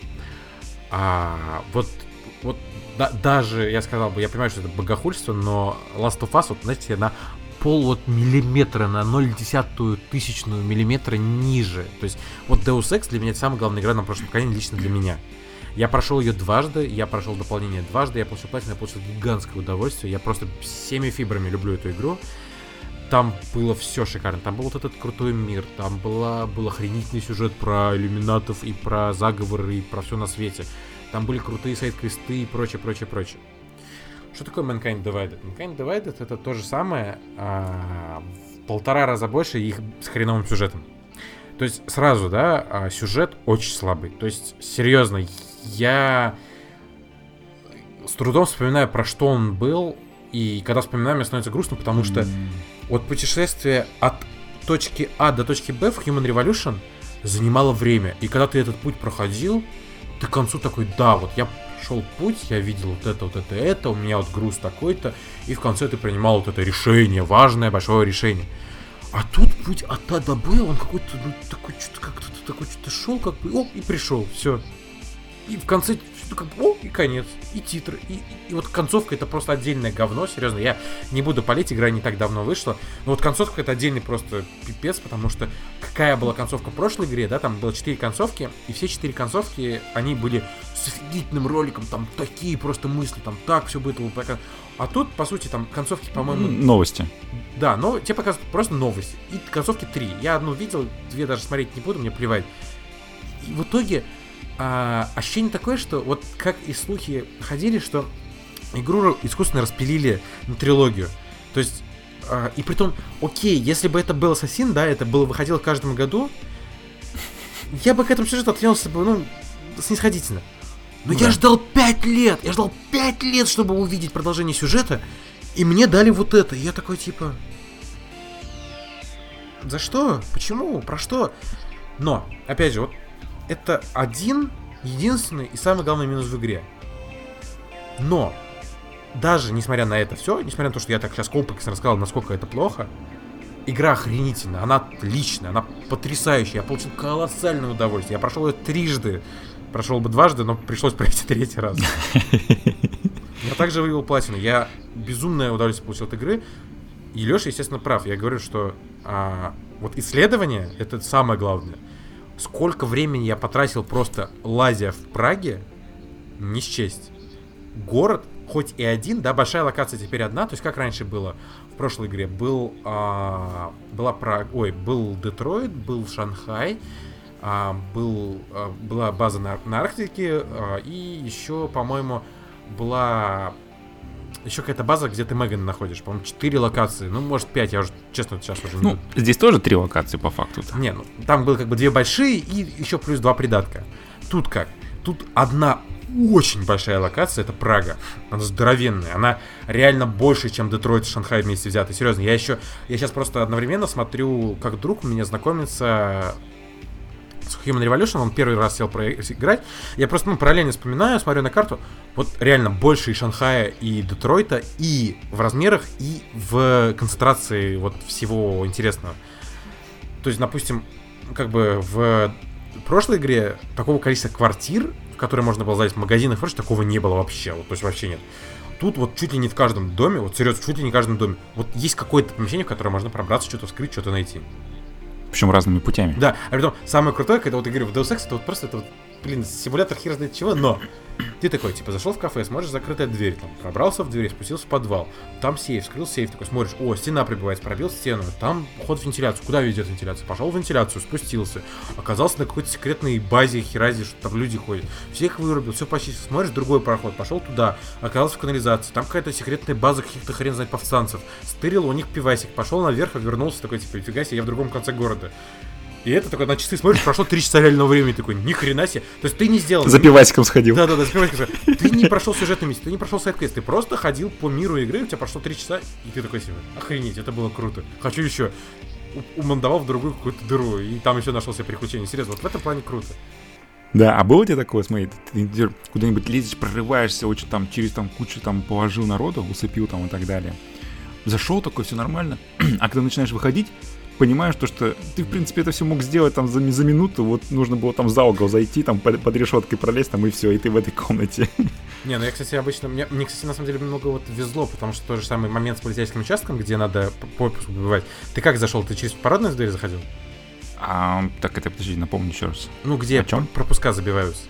А вот, вот да, даже, я сказал бы, я понимаю, что это богохульство, но Last of Us, вот, знаете, на пол вот миллиметра, на ноль десятую тысячную миллиметра ниже. То есть вот Deus Ex для меня это самая главная игра на прошлом поколении, лично для меня. Я прошел ее дважды, я прошел дополнение дважды, я получил платину, я получил гигантское удовольствие. Я просто всеми фибрами люблю эту игру. Там было все шикарно. Там был вот этот крутой мир, там была, был охренительный сюжет про иллюминатов и про заговоры, и про все на свете. Там были крутые сайт-квесты и прочее, прочее, прочее. Что такое Mankind Divided? Mankind Divided — это то же самое, а, в полтора раза больше их с хреновым сюжетом. То есть сразу, да, сюжет очень слабый. То есть, серьезно, я с трудом вспоминаю, про что он был, и когда вспоминаю, мне становится грустно, потому что вот путешествие от точки А до точки Б в Human Revolution занимало время. И когда ты этот путь проходил, ты к концу такой, да, вот я шел путь, я видел вот это, вот это, это, у меня вот груз такой-то, и в конце ты принимал вот это решение, важное, большое решение. А тут путь от А до Б, он какой-то, ну, такой, что-то как-то такой, что-то шел, как бы, оп, и пришел, все. И в конце, что-то как бы, о, и конец, и титры, и, и, и вот концовка — это просто отдельное говно, серьезно, я не буду палить, игра не так давно вышла, но вот концовка — это отдельный просто пипец, потому что какая была концовка в прошлой игре, да, там было четыре концовки, и все четыре концовки, они были с офигительным роликом, там такие просто мысли, там так все будет, а тут, по сути, там концовки, по-моему...
Новости.
Да, но тебе показывают просто новости, и концовки три, я одну видел, две даже смотреть не буду, мне плевать, и в итоге... А, ощущение такое, что вот как и слухи ходили, что игру искусственно распилили на трилогию. То есть, а, и притом, окей, если бы это был Ассасин, да, это было выходило в каждом году, я бы к этому сюжету отнесся бы, ну, снисходительно. Но да. я ждал пять лет, я ждал пять лет, чтобы увидеть продолжение сюжета, и мне дали вот это. И я такой, типа, за что? Почему? Про что? Но, опять же, вот это один, единственный и самый главный минус в игре. Но, даже несмотря на это все, несмотря на то, что я так сейчас комплексно рассказал, насколько это плохо, игра охренительная, она отличная, она потрясающая, я получил колоссальное удовольствие. Я прошел ее трижды, прошел бы дважды, но пришлось пройти третий раз. Я также вывел платину, я безумное удовольствие получил от игры. И Леша, естественно, прав. Я говорю, что а, вот исследование, это самое главное. Сколько времени я потратил просто лазя в Праге, не счесть. Город, хоть и один, да, большая локация теперь одна, то есть как раньше было в прошлой игре, был, а, была Прага, ой, был Детройт, был Шанхай, а, был, а, была база на, на Арктике, а, и еще, по-моему, была еще какая-то база, где ты Меган находишь, по-моему, четыре локации, ну, может, пять, я уже, честно, сейчас уже не...
Ну, здесь тоже три локации, по факту-то.
Не, ну, там было как бы две большие и еще плюс два придатка. Тут как? Тут одна очень большая локация, это Прага. Она здоровенная, она реально больше, чем Детройт и Шанхай вместе взяты. Серьезно, я еще, я сейчас просто одновременно смотрю, как друг у меня знакомится с Human Revolution, он первый раз сел проиграть. Я просто, ну, параллельно вспоминаю, смотрю на карту, вот реально больше и Шанхая, и Детройта, и в размерах, и в концентрации вот всего интересного. То есть, допустим, как бы в прошлой игре такого количества квартир, в которые можно было залезть в магазинах, прочее, такого не было вообще, вот, то есть вообще нет. Тут вот чуть ли не в каждом доме, вот серьезно, чуть ли не в каждом доме, вот есть какое-то помещение, в которое можно пробраться, что-то вскрыть, что-то найти.
Причем разными путями.
Да, а потом самое крутое, когда вот я говорю, в Deus Ex, это вот просто, это вот, блин, симулятор хер знает чего, но ты такой, типа, зашел в кафе, смотришь, закрытая дверь, там, пробрался в дверь, спустился в подвал, там сейф, вскрыл сейф, такой, смотришь, о, стена прибывает, пробил стену, там ход в вентиляцию, куда ведет вентиляция? Пошел в вентиляцию, спустился, оказался на какой-то секретной базе, херази, что там люди ходят, всех вырубил, все почистил, смотришь, другой проход, пошел туда, оказался в канализации, там какая-то секретная база каких-то хрен знает повстанцев, стырил у них пивасик, пошел наверх, и вернулся, такой, типа, фига себе, я в другом конце города. И это такой на часы смотришь, прошло три часа реального времени, такой, ни хрена себе. То есть ты не сделал...
За пивасиком сходил.
Да-да-да, за пивасиком сходил. Ты не прошел сюжетный миссию, ты не прошел сайд-квест, ты просто ходил по миру игры, у тебя прошло три часа, и ты такой себе, охренеть, это было круто. Хочу еще. Умандовал в другую какую-то дыру, и там еще нашел себе приключения. Серьезно, вот в этом плане круто.
Да, а было у тебя такое, смотри, ты куда-нибудь лезешь, прорываешься, очень там, через там кучу там положил народу, усыпил там и так далее. Зашел такой, все нормально, а когда начинаешь выходить, понимаешь, то, что ты, в принципе, это все мог сделать там за, за минуту, вот нужно было там за угол зайти, там под, под решеткой пролезть, там и все, и ты в этой комнате. Не, ну я, кстати, обычно, мне, мне, кстати, на самом деле много вот везло, потому что тот же самый момент с полицейским участком, где надо попуск убивать. Ты как зашел? Ты через парадную дверь заходил? А, так, это, подожди, напомню еще раз.
Ну, где пропуска забиваются?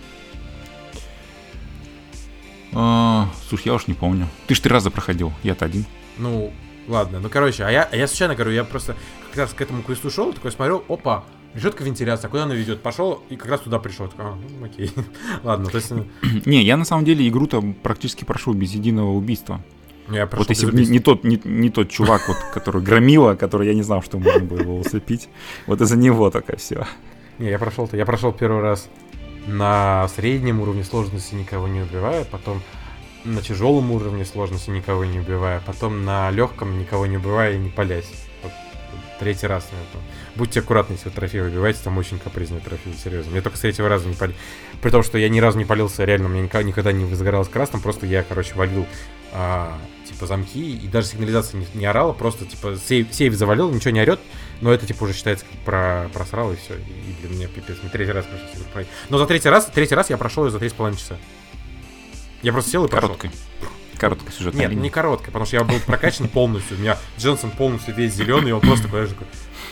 А, слушай, я уж не помню. Ты ж три раза проходил, я-то один.
Ну, ладно, ну, короче, а я, а я случайно, говорю, я просто как раз к этому квесту шел, такой смотрел, опа, решетка вентиляции, куда она ведет? Пошел и как раз туда пришел. Такой, а, ну, окей, ладно, то есть...
Не, я на самом деле игру-то практически прошел без единого убийства.
Я
вот если бы не, не, тот, не, не тот чувак, вот, который громила, который я не знал, что можно было его усыпить, вот из-за него только все.
Не, я прошел-то, я прошел первый раз на среднем уровне сложности, никого не убивая, потом на тяжелом уровне сложности, никого не убивая, потом на легком, никого не убивая и не палясь. Вот, третий раз, наверное. Будьте аккуратны, если вы трофей выбиваете, там очень капризные трофеи, серьезно. Я только с третьего раза не палил. При том, что я ни разу не палился, реально, у меня никогда не загоралось красным, просто я, короче, валил а, типа замки, и даже сигнализация не, не орала, просто, типа, сейв, сейв завалил, ничего не орет, но это, типа, уже считается как про, просрал, и все, и для меня пипец. Мне третий раз пришлось пройти. Но за третий раз, третий раз я прошел ее за три с половиной часа. Я просто сел и прошел.
Короткой. Короткая сюжетная
Нет,
линия.
не короткая, потому что я был прокачан полностью. У меня Дженсен полностью весь зеленый, и он просто такой, такой...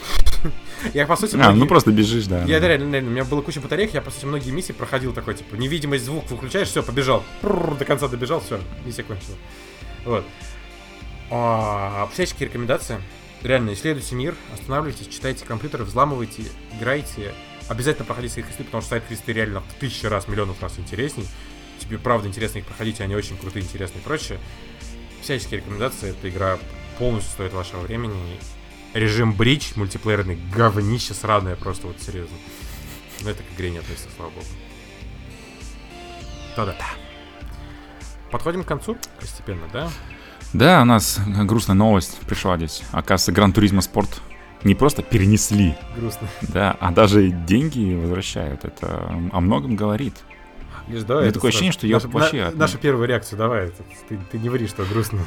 Я, по сути,
а,
многие...
ну просто бежишь, да.
Я
да.
реально, реально, у меня было куча батареек, я, по сути, многие миссии проходил такой, типа, невидимость, звук выключаешь, все, побежал. Прррр, до конца добежал, все, миссия кончила. Вот. А, всяческие рекомендации. Реально, исследуйте мир, останавливайтесь, читайте компьютеры, взламывайте, играйте. Обязательно проходите сайд-квесты, потому что сайд-квесты реально в тысячи раз, миллионов раз интересней. Тебе правда интересно их проходить, они очень крутые, интересные и прочее. Всяческие рекомендации, эта игра полностью стоит вашего времени. Режим бридж, мультиплеерный, говнище сраное, просто вот серьезно. Но это к игре не относится, слава богу. Да-да. Подходим к концу постепенно, да?
Да, у нас грустная новость пришла здесь. Оказывается, Gran Turismo Sport не просто перенесли.
Грустно.
Да, а даже деньги возвращают. Это о многом говорит.
Лишь, давай,
это такое ощущение, что я вообще...
На, наша первая реакция, давай. Ты, ты не ври, что грустно.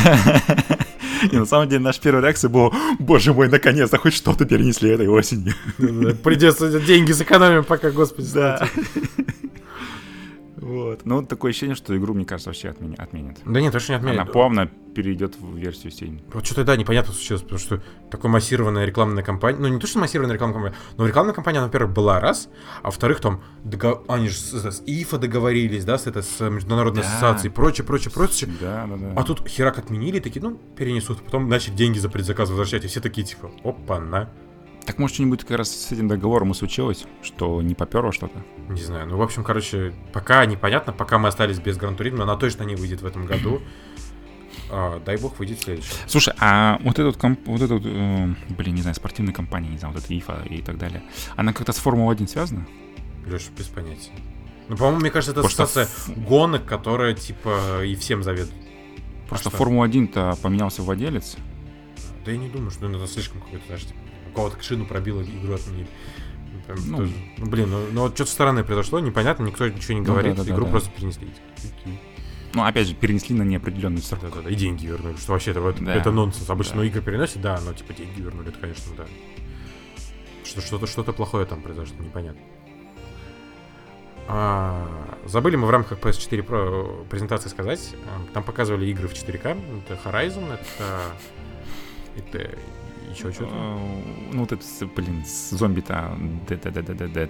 И на самом деле наша первая реакция была: боже мой, наконец-то хоть что-то перенесли этой осенью.
Придется деньги сэкономим, пока, господи.
Да. Вот. Ну, вот такое ощущение, что игру, мне кажется, вообще отменят. отменят.
Да нет, точно не отменят.
Она плавно перейдет в версию семь.
Вот что-то, да, непонятно случилось, потому что такая массированная рекламная кампания, ну, не то, что массированная рекламная кампания, но рекламная кампания, она, во-первых, была раз, а во-вторых, там, догов... они же с, с ай эф эй договорились, да, с, это, с Международной да. ассоциацией, прочее, прочее, прочее.
Да, да, да.
А тут херак отменили, такие, ну, перенесут, потом начали деньги за предзаказ возвращать, и все такие, типа, опа-на.
Так может что-нибудь как раз с этим договором и случилось, что не поперло что-то?
Не знаю, ну в общем, короче, пока непонятно, пока мы остались без Гран-туризма, она точно не выйдет в этом году. А, дай бог выйдет в следующем.
Слушай, а вот этот, комп, вот этот э, блин, не знаю, спортивная компания, не знаю, вот эта ай эф эй и так далее, она как-то с Формулой один связана?
Леша, без понятия. Ну, по-моему, мне кажется, это ассоциация ф... гонок, которая, типа, и всем заведует.
Просто а Формула один-то поменялся владелец.
Да я не думаю, что это слишком какой-то, знаешь, типа, у кого-то шину пробило, игру отменили. Ну, тоже, ну, блин, ну, ну вот что-то странное произошло, непонятно, никто ничего не говорит, ну, да, да, игру да, просто да. перенесли.
Ну, опять же, перенесли на неопределенный срок.
Да-да-да, и деньги вернули, что вообще это, да. это нонсенс. Обычно да. ну, игры переносят, да, но типа деньги вернули, это, конечно, да. Что, что-то, что-то плохое там произошло, непонятно. А, забыли мы в рамках пи эс четыре Pro презентации сказать, там показывали игры в четыре ка, это Horizon, это... это еще что-то.
Uh, ну, вот это, блин, зомби-то Dead, Dead, Dead, Dead.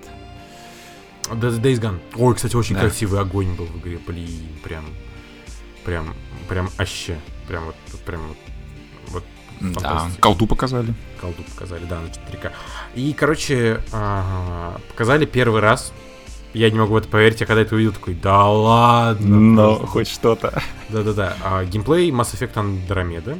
Days Gone. Ой, кстати, очень да. красивый огонь был в игре, блин, прям, прям, прям аще, прям вот, прям вот, вот
да, колду показали.
Колду показали, да, на четыре ка. И, короче, показали первый раз. Я не могу в это поверить, я когда это увидел, такой, да ладно.
Ну, хоть что-то.
Да-да-да. А, геймплей Mass Effect Andromeda.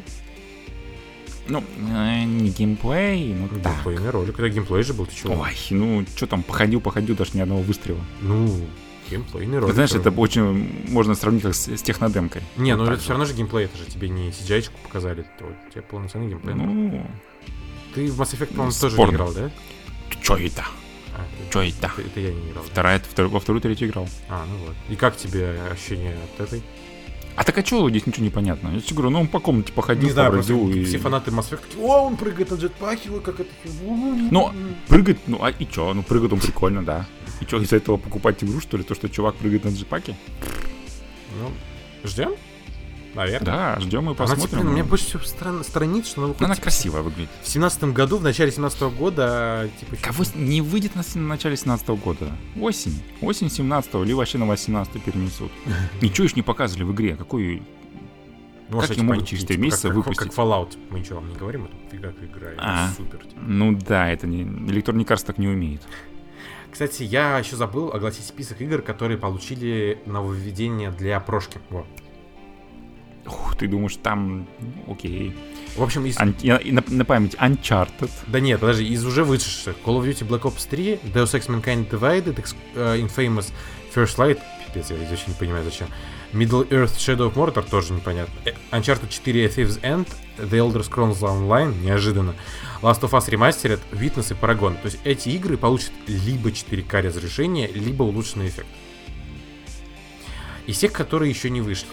Ну, не геймплей, ну да.
Геймплейный ролик, это геймплей же был, ты чего?
Ой, ну, что там, походил-походил, даже ни одного выстрела.
Ну, геймплейный ролик.
Ты знаешь, это очень можно сравнить как с, с технодемкой.
Не,
вот
ну это же. Все равно же геймплей, это же тебе не си джи ай-чку показали, это вот тебе полноценный геймплей.
Ну,
ты в Mass Effect, по-моему, тоже не играл, да?
Чё это?
А,
Чё это?
Это, это я не играл.
Вторая, втор, во вторую, третью играл.
А, ну вот. И как тебе ощущение от этой?
А так а чё здесь ничего не понятно? Я тебе говорю, ну он по комнате походил,
не знаю,
побродил и...
все фанаты Mass Effect такие, о, он прыгает на джетпаке, ой, как это...
Ну, прыгает, ну а и чё? Ну прыгает он прикольно, да. И чё, из-за этого покупать игру, что ли? То, что чувак прыгает на джетпаке?
Ну, ждем? Наверное.
Да, ждем и посмотрим.
Она, типа, ну, меня больше всего стран... сторонит, что она выходит...
Она
типа,
красивая выглядит.
В семнадцатом году, в начале семнадцатого года... Типа,
Кого не выйдет на, на начале семнадцатого года? Осень. Осень семнадцатого, или вообще на восемнадцатый перенесут. Ничего еще не показывали в игре. Какой... Ну, как они могут через три месяца
как,
выпустить?
Как Fallout, типа, мы ничего вам не говорим, это фига как игра, это супер. Типа.
Ну да, это не... Electronic Arts так не умеет.
Кстати, я еще забыл огласить список игр, которые получили нововведение для прошки. Во.
Ух, ты думаешь, там... Окей.
В общем, из...
Ан... на, на память Uncharted.
Да нет, подожди, из уже вышедших Call of Duty Black Ops три, Deus Ex Mankind Divided, uh, Infamous First Light, пипец, я вообще не понимаю зачем, Middle Earth Shadow of Mordor, тоже непонятно, Uncharted четыре A Thief's End, The Elder Scrolls Online, неожиданно, Last of Us Remastered, Witness и Paragon. То есть эти игры получат либо четыре ка разрешение, либо улучшенный эффект. Из тех, которые еще не вышли,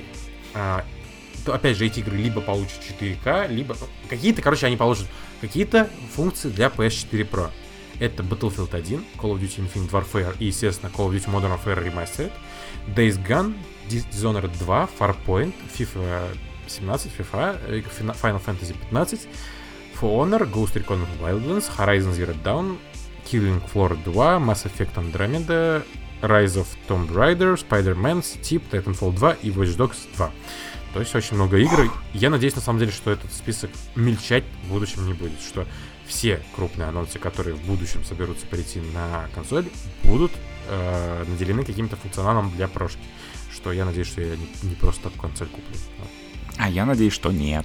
то, опять же, эти игры либо получат четыре ка, либо... Какие-то, короче, они получат какие-то функции для пи эс четыре Pro. Это Battlefield один, Call of Duty Infinite Warfare и, естественно, Call of Duty Modern Warfare Remastered, Days Gone, Dishonored два, Farpoint, FIFA семнадцать, FIFA, Final Fantasy пятнадцать, For Honor, Ghost Recon Wildlands, Horizon Zero Dawn, Killing Floor два, Mass Effect Andromeda, Rise of Tomb Raider, Spider-Man, Steep, Titanfall два и Watch Dogs два. То есть очень много игр. Я надеюсь, на самом деле, что этот список мельчать в будущем не будет. Что все крупные анонсы, которые в будущем соберутся перейти на консоль, будут э, наделены каким-то функционалом для прошки. Что я надеюсь, что я не, не просто так консоль куплю.
А я надеюсь, что нет.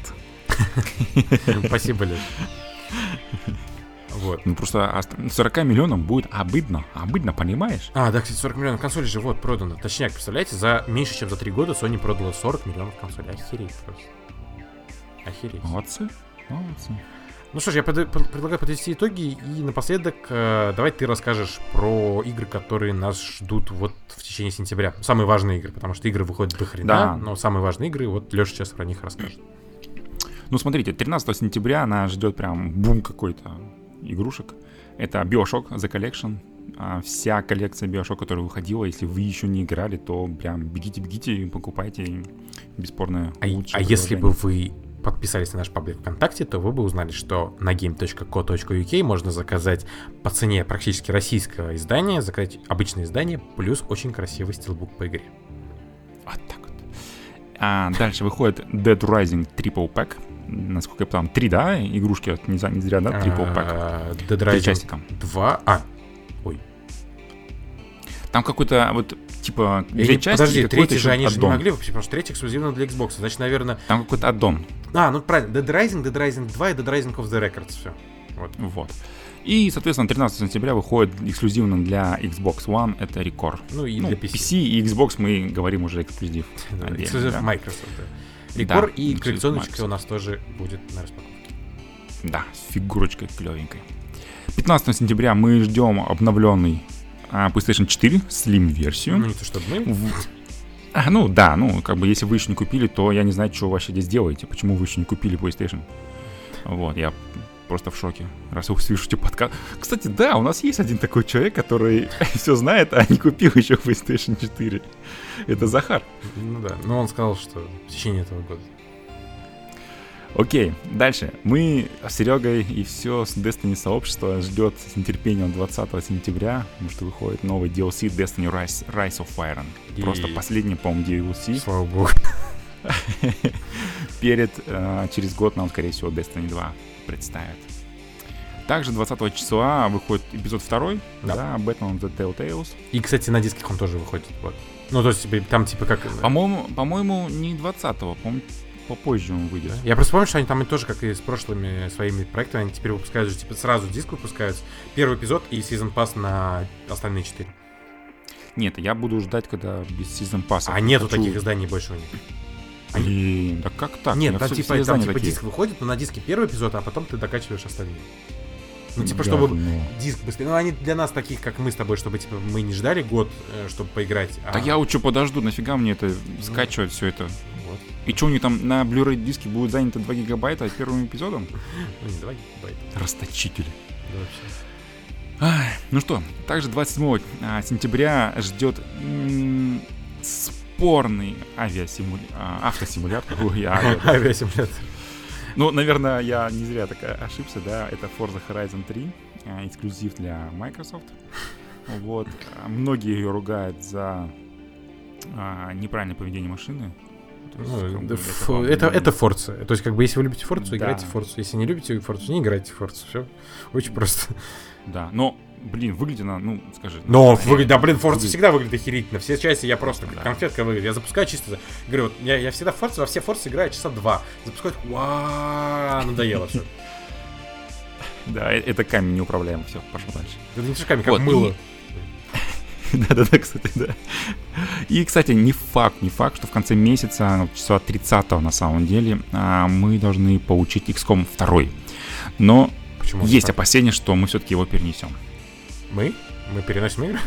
Спасибо, Леш.
Вот. Ну просто сорок миллионов будет обыдно. Обыдно, понимаешь?
А, да, кстати, сорок миллионов консолей же вот продано. Точняк, представляете, за меньше, чем за три года Sony продала сорок миллионов консолей. Охереть просто. Охереть.
Молодцы. Молодцы.
Ну что ж, я под, под, предлагаю подвести итоги. И напоследок, э, давай ты расскажешь про игры, которые нас ждут вот в течение сентября. Самые важные игры, потому что игры выходят до хрена, да. Но самые важные игры, вот Леша сейчас про них расскажет.
Ну смотрите, тринадцатого сентября нас ждет прям бум какой-то игрушек. Это BioShock The Collection. А, вся коллекция Bioshock, которая выходила, если вы еще не играли, то прям бегите-бегите, покупайте. Бесспорно
лучшее. А, а если бы вы подписались на наш паблик ВКонтакте, то вы бы узнали, что на game точка co точка uk можно заказать по цене практически российского издания, заказать обычное издание, плюс очень красивый стилбук по игре.
Вот так вот. А дальше выходит Dead Rising Triple Pack. Насколько я понял, три, да, игрушки, не, не зря, да, Triple Pack.
Dead Rising два, а, ой.
Там какой-то вот типа
две части. Подожди, третий же они же не могли, потому что третий эксклюзивно для Xbox. Значит, наверное...
Там какой-то аддон.
А, ну правильно, Dead Rising, Dead Rising два и Dead Rising of the Records, все. Вот.
Вот. И, соответственно, тринадцатого сентября выходит эксклюзивно для Xbox One, это Recore.
Ну и
ну,
для пи си.
пи си и Xbox мы говорим уже эксклюзив.
Да, эксклюзив да? Microsoft, да. Recore да, и коллекционочка у нас тоже будет на распаковке.
Да, с фигурочкой клевенькой. пятнадцатого сентября мы ждем обновленный а, PlayStation четыре Slim-версию.
Ну, не то чтобы мы.
В... А, ну да, ну как бы если вы еще не купили, то я не знаю, что вы вообще здесь делаете. Почему вы еще не купили PlayStation? Вот, я просто в шоке, раз вы слышите подкаст. Кстати, да, у нас есть один такой человек, который все знает, а не купил еще PlayStation четыре. Это Захар.
Ну да, но он сказал, что в течение этого года.
Окей, дальше. Мы с Серегой и все с Destiny сообщество ждет с нетерпением двадцатого сентября, потому что выходит новый ди эл си Destiny Rise, Rise of Iron. И... Просто последний, по-моему, ди эл си.
Слава богу.
Перед, э, через год нам, скорее всего, Destiny два представят. Также двадцатого числа выходит эпизод второй, да, да Batman the Telltales.
И, кстати, на дисках он тоже выходит. Вот. Ну, то есть, там типа как...
По-моему, по-моему не двадцатого, по-моему, попозже он выйдет. Да?
Я просто помню, что они там и тоже, как и с прошлыми своими проектами, они теперь выпускают же, типа, сразу диск выпускают, первый эпизод и Season Pass на остальные четыре.
Нет, я буду ждать, когда без Season Pass.
А нету хочу... таких изданий больше у них.
Они... Блин, да как так?
Нет, там типа, там, типа диск выходит, но на диске первый эпизод, а потом ты докачиваешь остальные. Ну, типа, да, чтобы ну... диск быстрее. Ну, они для нас таких, как мы с тобой, чтобы, типа, мы не ждали год, чтобы поиграть. А...
Так я учу, подожду, нафига мне это скачивать, ну, все это. Вот. И что у них там на Blu-ray диске будет занято два гигабайта первым эпизодом?
Ну, не два гигабайта.
Расточители.
Да, вообще.
Ах, ну что, также двадцать седьмого сентября ждет м- спорный авиасимулятор. А, автосимулятор. Ой, ави...
авиасимулятор.
Ну, наверное, я не зря так ошибся, да, это Forza Horizon три, эксклюзив для Microsoft. Вот. Многие ее ругают за а, неправильное поведение машины.
Есть, ну, да, это, это, это Forza. То есть, как бы, если вы любите Forza, да. играйте в Forza. Если не любите Forza, не играйте в Forza. Все очень просто.
Да, но, блин, выглядит она, ну, скажи.
Но, ну, выглядит, да, блин, Forza выглядит... всегда выглядит охерительно. Все части я просто как да. конфетка выглядит. Я запускаю чисто, говорю, вот, я, я всегда в Forza, во все Forza играю часа два. Запускаю, вау, надоело все.
Да, это камень неуправляемый, все, пошел дальше.
Это не камень, как мыло.
Да-да-да, кстати, да. И, кстати, не факт, не факт, что в конце месяца, числа тридцатого на самом деле, мы должны получить икс ком два. Но почему есть опасения, что мы все-таки его перенесем.
Мы? Мы переносим игры?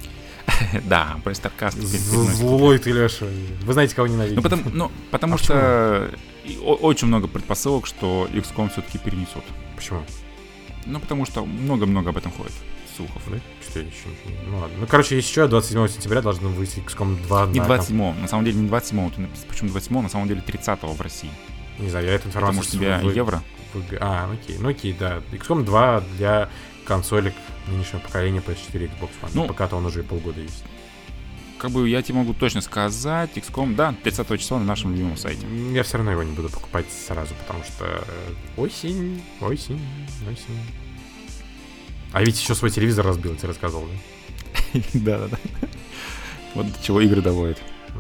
Да, PlayStation.
Злой ты, Леша. Вы знаете, кого ненавидите.
Ну, потому, ну, потому а что очень много предпосылок, что икс ком все-таки перенесут.
Почему?
Ну, потому что много-много об этом ходит. Слухов.
Да? Что еще? Ну ладно. Ну, короче, еще двадцать седьмого сентября должен выйти икс ком два.
Не двадцать седьмого, на самом деле не двадцать седьмого. Почему двадцать седьмого? На самом деле тридцатого в России.
Не знаю, я эту информацию...
Потому что у тебя вы... евро.
Вы... А, окей. Ну окей, да. икс ком два для консолек нынешнего поколения пи эс четыре, Xbox One. Ну, пока-то он уже полгода есть.
Как бы я тебе могу точно сказать, икс ком, да, тридцатого числа на нашем любимом сайте.
Я все равно его не буду покупать сразу, потому что осень, осень, осень. А ведь еще свой телевизор разбил, я тебе рассказывал, да?
Да-да-да. Вот до чего игры доводят.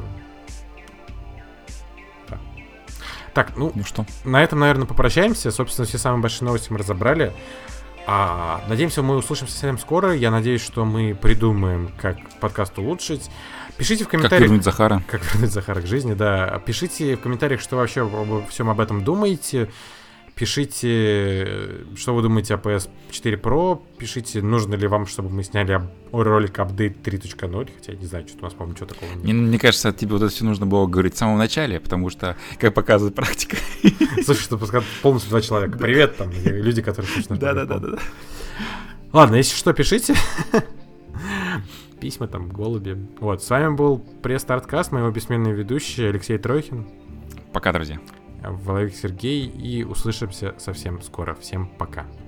Так, ну,
ну что?
На этом, наверное, попрощаемся. Собственно, все самые большие новости мы разобрали. А, надеемся, мы услышимся совсем скоро. Я надеюсь, что мы придумаем, как подкаст улучшить. Пишите в комментариях...
Как вернуть Захара.
Как вернуть Захара к жизни, да. Пишите в комментариях, что вообще обо всем об этом думаете. Пишите, что вы думаете о пи эс четыре Pro. Пишите, нужно ли вам, чтобы мы сняли ролик апдейт три точка ноль. Хотя я не знаю, что у нас, по-моему, ничего такого нет.
Мне, мне кажется, тебе вот это все нужно было говорить в самом начале, потому что, как показывает практика...
Слушай, что полностью два человека. Привет, там, люди, которые слушают.
Да-да-да.
Ладно, если что, пишите. письма, там, голуби. Вот, с вами был пресс-старткаст, моего бессменный ведущий Алексей Тройхин.
Пока, друзья.
Воловик Сергей, и услышимся совсем скоро. Всем пока.